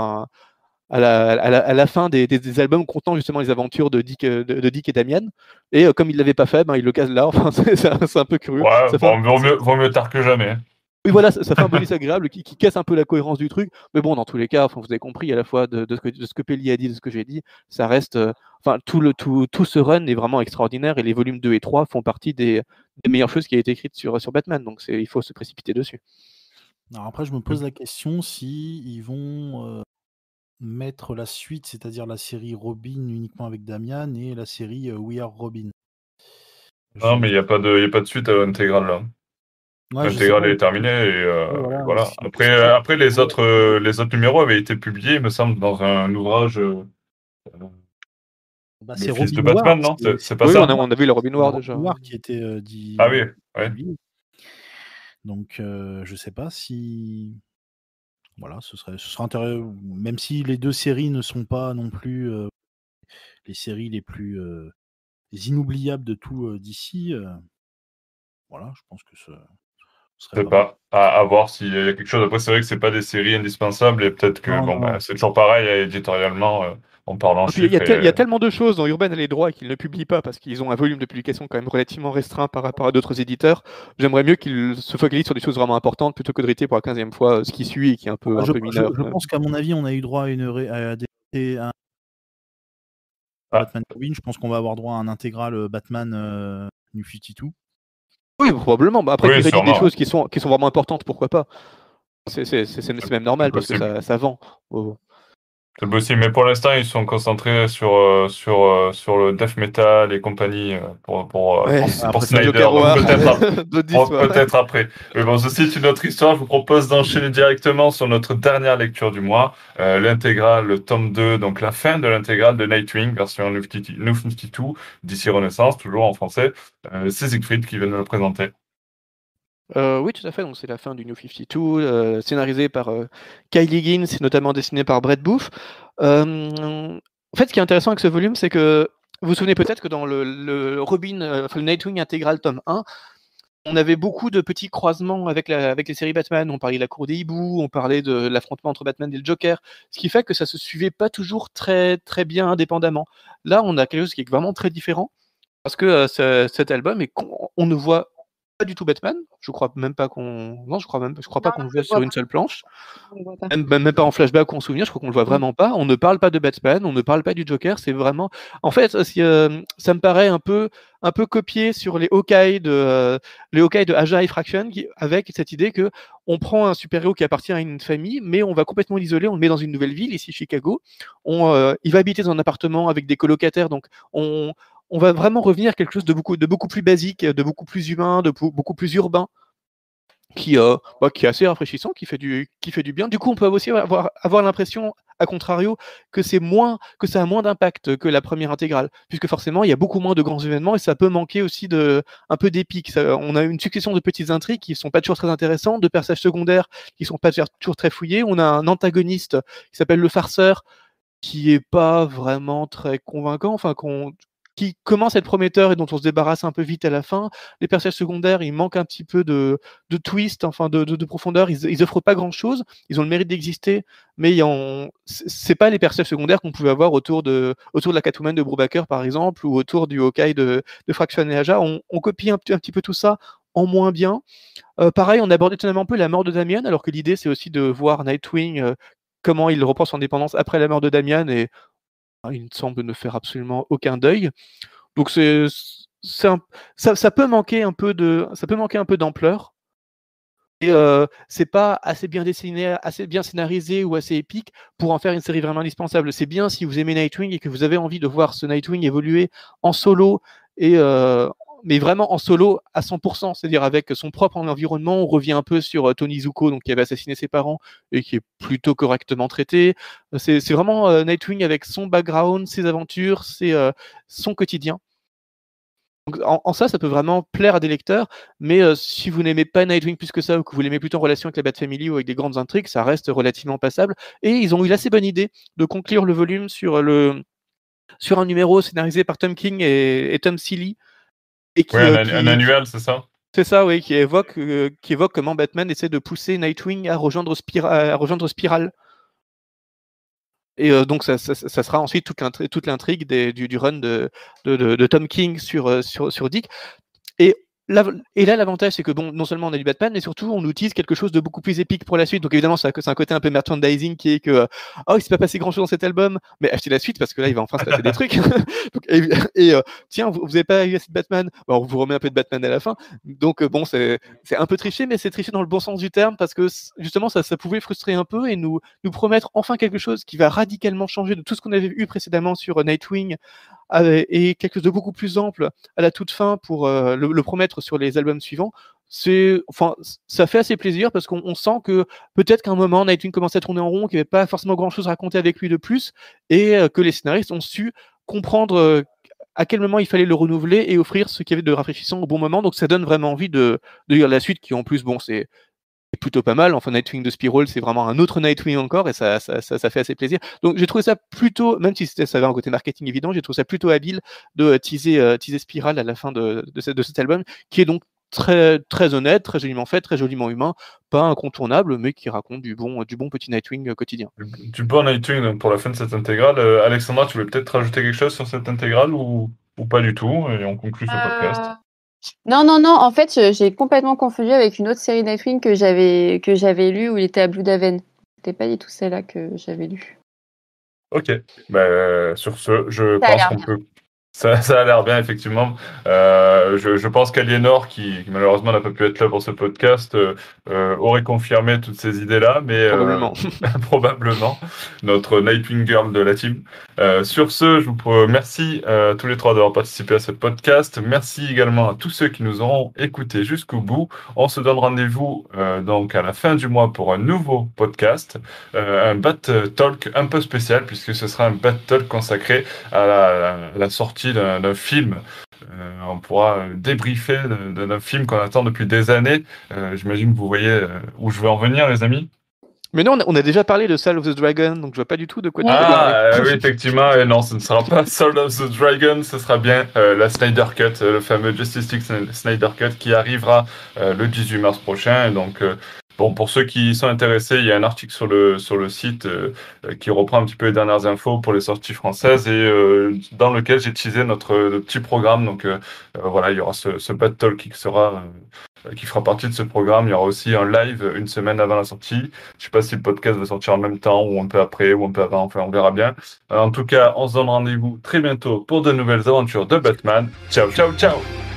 à la fin des albums contenant justement les aventures de Dick et Damian. Et comme il l'avait pas fait, il le case là. Enfin, c'est un peu curieux. Ouais, bon, vaut mieux tard que jamais. Oui, voilà, ça fait un bonus agréable qui casse un peu la cohérence du truc. Mais bon, dans tous les cas, vous avez compris à la fois de ce que Pelli a dit, de ce que j'ai dit, ça reste. Enfin, tout ce run est vraiment extraordinaire et les volumes 2 et 3 font partie des meilleures choses qui a été écrites sur Batman. Donc il faut se précipiter dessus. Alors après, je me pose la question si ils vont mettre la suite, c'est-à-dire la série Robin uniquement avec Damian et la série We Are Robin. Non, mais il n'y a pas de suite à l'intégrale là. Ouais, L'intégrale est terminée et voilà, voilà. si- Après les autres numéros avaient été publiés, il me semble, dans un ouvrage Bah, Le c'est fils de Robin Ward. Batman, non? C'est pas Oui, ça? on a vu le Robin Ward déjà. Robin Ward qui était dit. Ah oui, ouais. Donc, je sais pas si. Voilà, ce serait intéressant. Même si les deux séries ne sont pas non plus les séries les plus les inoubliables de tout d'ici, voilà, je pense que ce serait Je sais pas. À voir s'il y a quelque chose. Après, c'est vrai que c'est pas des séries indispensables et peut-être que Non. c'est toujours pareil éditorialement en parlant Et puis, il y, chiffres. a tellement de choses dans Urban et les droits qu'ils ne publient pas parce qu'ils ont un volume de publication quand même relativement restreint par rapport à d'autres éditeurs. J'aimerais mieux qu'ils se focalisent sur des choses vraiment importantes plutôt que de riter pour la 15e fois ce qui suit et qui est un peu mineur. Je pense qu'à mon avis, on a eu droit à Batman Robin. Je pense qu'on va avoir droit à un intégral Batman New 52. Oui, probablement. Après, Oui, qu'ils rédigent des sûrement. choses qui sont vraiment importantes, pourquoi pas. C'est même normal parce que ça vend. Oh. C'est possible, mais pour l'instant, ils sont concentrés sur le death metal et compagnie pour Snyder. Donc peut-être après. Mais bon, ceci est une autre histoire. Je vous propose d'enchaîner directement sur notre dernière lecture du mois, l'intégrale, le tome 2, donc la fin de l'intégrale de Nightwing, version New 52, d'ici Renaissance, toujours en français. C'est Siegfried qui vient de le présenter. Oui, tout à fait. Donc, c'est la fin du New 52, scénarisé par Kyle Higgins et notamment dessiné par Brett Booth. En fait, ce qui est intéressant avec ce volume, c'est que vous vous souvenez peut-être que dans le Robin, le Nightwing intégral tome 1, on avait beaucoup de petits croisements avec les séries Batman. On parlait de la cour des hiboux, on parlait de l'affrontement entre Batman et le Joker, ce qui fait que ça se suivait pas toujours très, très bien indépendamment. Là, on a quelque chose qui est vraiment très différent parce que cet album, on ne voit pas du tout Batman. Je crois même pas qu'on. Non, je crois pas qu'on le voit sur une seule planche. Même pas en flashback ou en souvenir, je crois qu'on le voit vraiment pas. On ne parle pas de Batman, on ne parle pas du Joker. C'est vraiment. En fait, ça me paraît un peu copié sur les Hawkeye de Aja et Fraction, avec cette idée que on prend un super-héros qui appartient à une famille, mais on va complètement l'isoler, on le met dans une nouvelle ville, ici Chicago. Il va habiter dans un appartement avec des colocataires, donc on va vraiment revenir à quelque chose de beaucoup plus basique, de beaucoup plus humain, de beaucoup plus urbain. qui est assez rafraîchissant, qui fait du bien. Du coup, on peut aussi avoir l'impression, à contrario, que ça a moins d'impact que la première intégrale, puisque forcément, il y a beaucoup moins de grands événements et ça peut manquer aussi un peu d'épique. On a une succession de petites intrigues qui sont pas toujours très intéressantes, de personnages secondaires qui sont pas toujours très fouillés. On a un antagoniste qui s'appelle le farceur, qui est pas vraiment très convaincant, qui commence à être prometteur et dont on se débarrasse un peu vite à la fin. Les personnages secondaires, ils manquent un petit peu de twist, de profondeur. Ils offrent pas grand chose. Ils ont le mérite d'exister, mais c'est pas les personnages secondaires qu'on pouvait avoir autour de la Catwoman de Brubaker, par exemple, ou autour du Hawkeye de Fraction et Aja. On copie un petit peu tout ça en moins bien. Pareil, on aborde étonnamment un peu la mort de Damian, alors que l'idée, c'est aussi de voir Nightwing, comment il reprend son indépendance après la mort de Damian, et il me semble ne faire absolument aucun deuil. Donc ça peut manquer un peu d'ampleur. Et c'est pas assez bien dessiné, assez bien scénarisé ou assez épique pour en faire une série vraiment indispensable. C'est bien si vous aimez Nightwing et que vous avez envie de voir ce Nightwing évoluer en solo, mais vraiment en solo à 100%, c'est-à-dire avec son propre environnement. On revient un peu sur Tony Zuko, donc qui avait assassiné ses parents et qui est plutôt correctement traité. C'est vraiment Nightwing avec son background, ses aventures, son quotidien. Donc, en ça peut vraiment plaire à des lecteurs, mais si vous n'aimez pas Nightwing plus que ça, ou que vous l'aimez plutôt en relation avec la Bat Family ou avec des grandes intrigues, ça reste relativement passable. Et ils ont eu l'assez bonne idée de conclure le volume sur un numéro scénarisé par Tom King et Tom Seeley. Et un annuel, c'est ça? C'est ça, oui, qui évoque comment Batman essaie de pousser Nightwing à rejoindre Spiral. Et donc ça sera ensuite toute l'intrigue du run de Tom King sur Dick. Et là, l'avantage, c'est que non seulement on a du Batman, mais surtout on utilise quelque chose de beaucoup plus épique pour la suite. Donc évidemment, c'est un côté un peu merchandising qui est que il s'est pas passé grand chose dans cet album, mais achetez la suite parce que là, il va enfin se passer des trucs. Donc, tiens, vous avez pas eu assez de Batman, on vous remet un peu de Batman à la fin. Donc c'est un peu triché, mais c'est triché dans le bon sens du terme, parce que justement, ça pouvait frustrer un peu et nous promettre enfin quelque chose qui va radicalement changer de tout ce qu'on avait eu précédemment sur Nightwing, et quelque chose de beaucoup plus ample à la toute fin pour le promettre sur les albums suivants. Ça fait assez plaisir, parce qu'on sent que peut-être qu'à un moment Nightwing commençait à tourner en rond, qu'il n'y avait pas forcément grand chose à raconter avec lui de plus, et que les scénaristes ont su comprendre à quel moment il fallait le renouveler et offrir ce qu'il y avait de rafraîchissant au bon moment. Donc ça donne vraiment envie de lire la suite, qui en plus, c'est plutôt pas mal. Enfin, Nightwing de Spiral, c'est vraiment un autre Nightwing encore, et ça fait assez plaisir. Donc j'ai trouvé ça plutôt, même si ça avait un côté marketing évident, j'ai trouvé ça plutôt habile de teaser Spiral à la fin de cet album, qui est donc très, très honnête, très joliment fait, très joliment humain, pas incontournable, mais qui raconte du bon petit Nightwing quotidien. Du bon Nightwing pour la fin de cette intégrale. Alexandra, tu voulais peut-être rajouter quelque chose sur cette intégrale ou pas du tout, et on conclut ce podcast. Non. En fait, j'ai complètement confondu avec une autre série Nightwing que j'avais lue, où il était à Blue Daven. C'était pas du tout celle-là que j'avais lue. Ok. Sur ce, je pense qu'on peut. Ça a l'air bien, effectivement. Je pense qu'Aliénor, qui malheureusement n'a pas pu être là pour ce podcast, aurait confirmé toutes ces idées-là, mais probablement notre Nightwing Girl de la team. Sur ce, je vous remercie tous les trois d'avoir participé à ce podcast. Merci également à tous ceux qui nous auront écoutés jusqu'au bout. On se donne rendez-vous donc à la fin du mois pour un nouveau podcast, un Bat Talk un peu spécial, puisque ce sera un Bat Talk consacré à la sortie d'un film. On pourra débriefer d'un film qu'on attend depuis des années. J'imagine que vous voyez où je veux en venir, les amis. Mais non, on a déjà parlé de Soul of the Dragon, donc je vois pas du tout de quoi tu parles. Oui, effectivement. Et non, ce ne sera pas Soul of the Dragon, ce sera bien la Snyder Cut, le fameux Justice League Snyder Cut, qui arrivera le 18 mars prochain. Et donc, pour ceux qui sont intéressés, il y a un article sur le site qui reprend un petit peu les dernières infos pour les sorties françaises, et dans lequel j'ai teasé notre petit programme. Donc voilà, il y aura ce Bat Talk qui fera partie de ce programme. Il y aura aussi un live une semaine avant la sortie. Je ne sais pas si le podcast va sortir en même temps, ou un peu après, ou un peu avant. Enfin, on verra bien. En tout cas, on se donne rendez-vous très bientôt pour de nouvelles aventures de Batman. Ciao, ciao, ciao!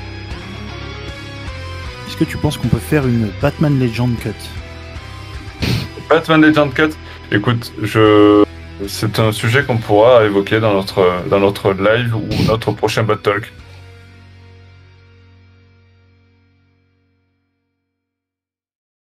Est-ce que tu penses qu'on peut faire une Batman Legend Cut? Batman Legend Cut? Écoute, c'est un sujet qu'on pourra évoquer dans notre live ou notre prochain Bat Talk.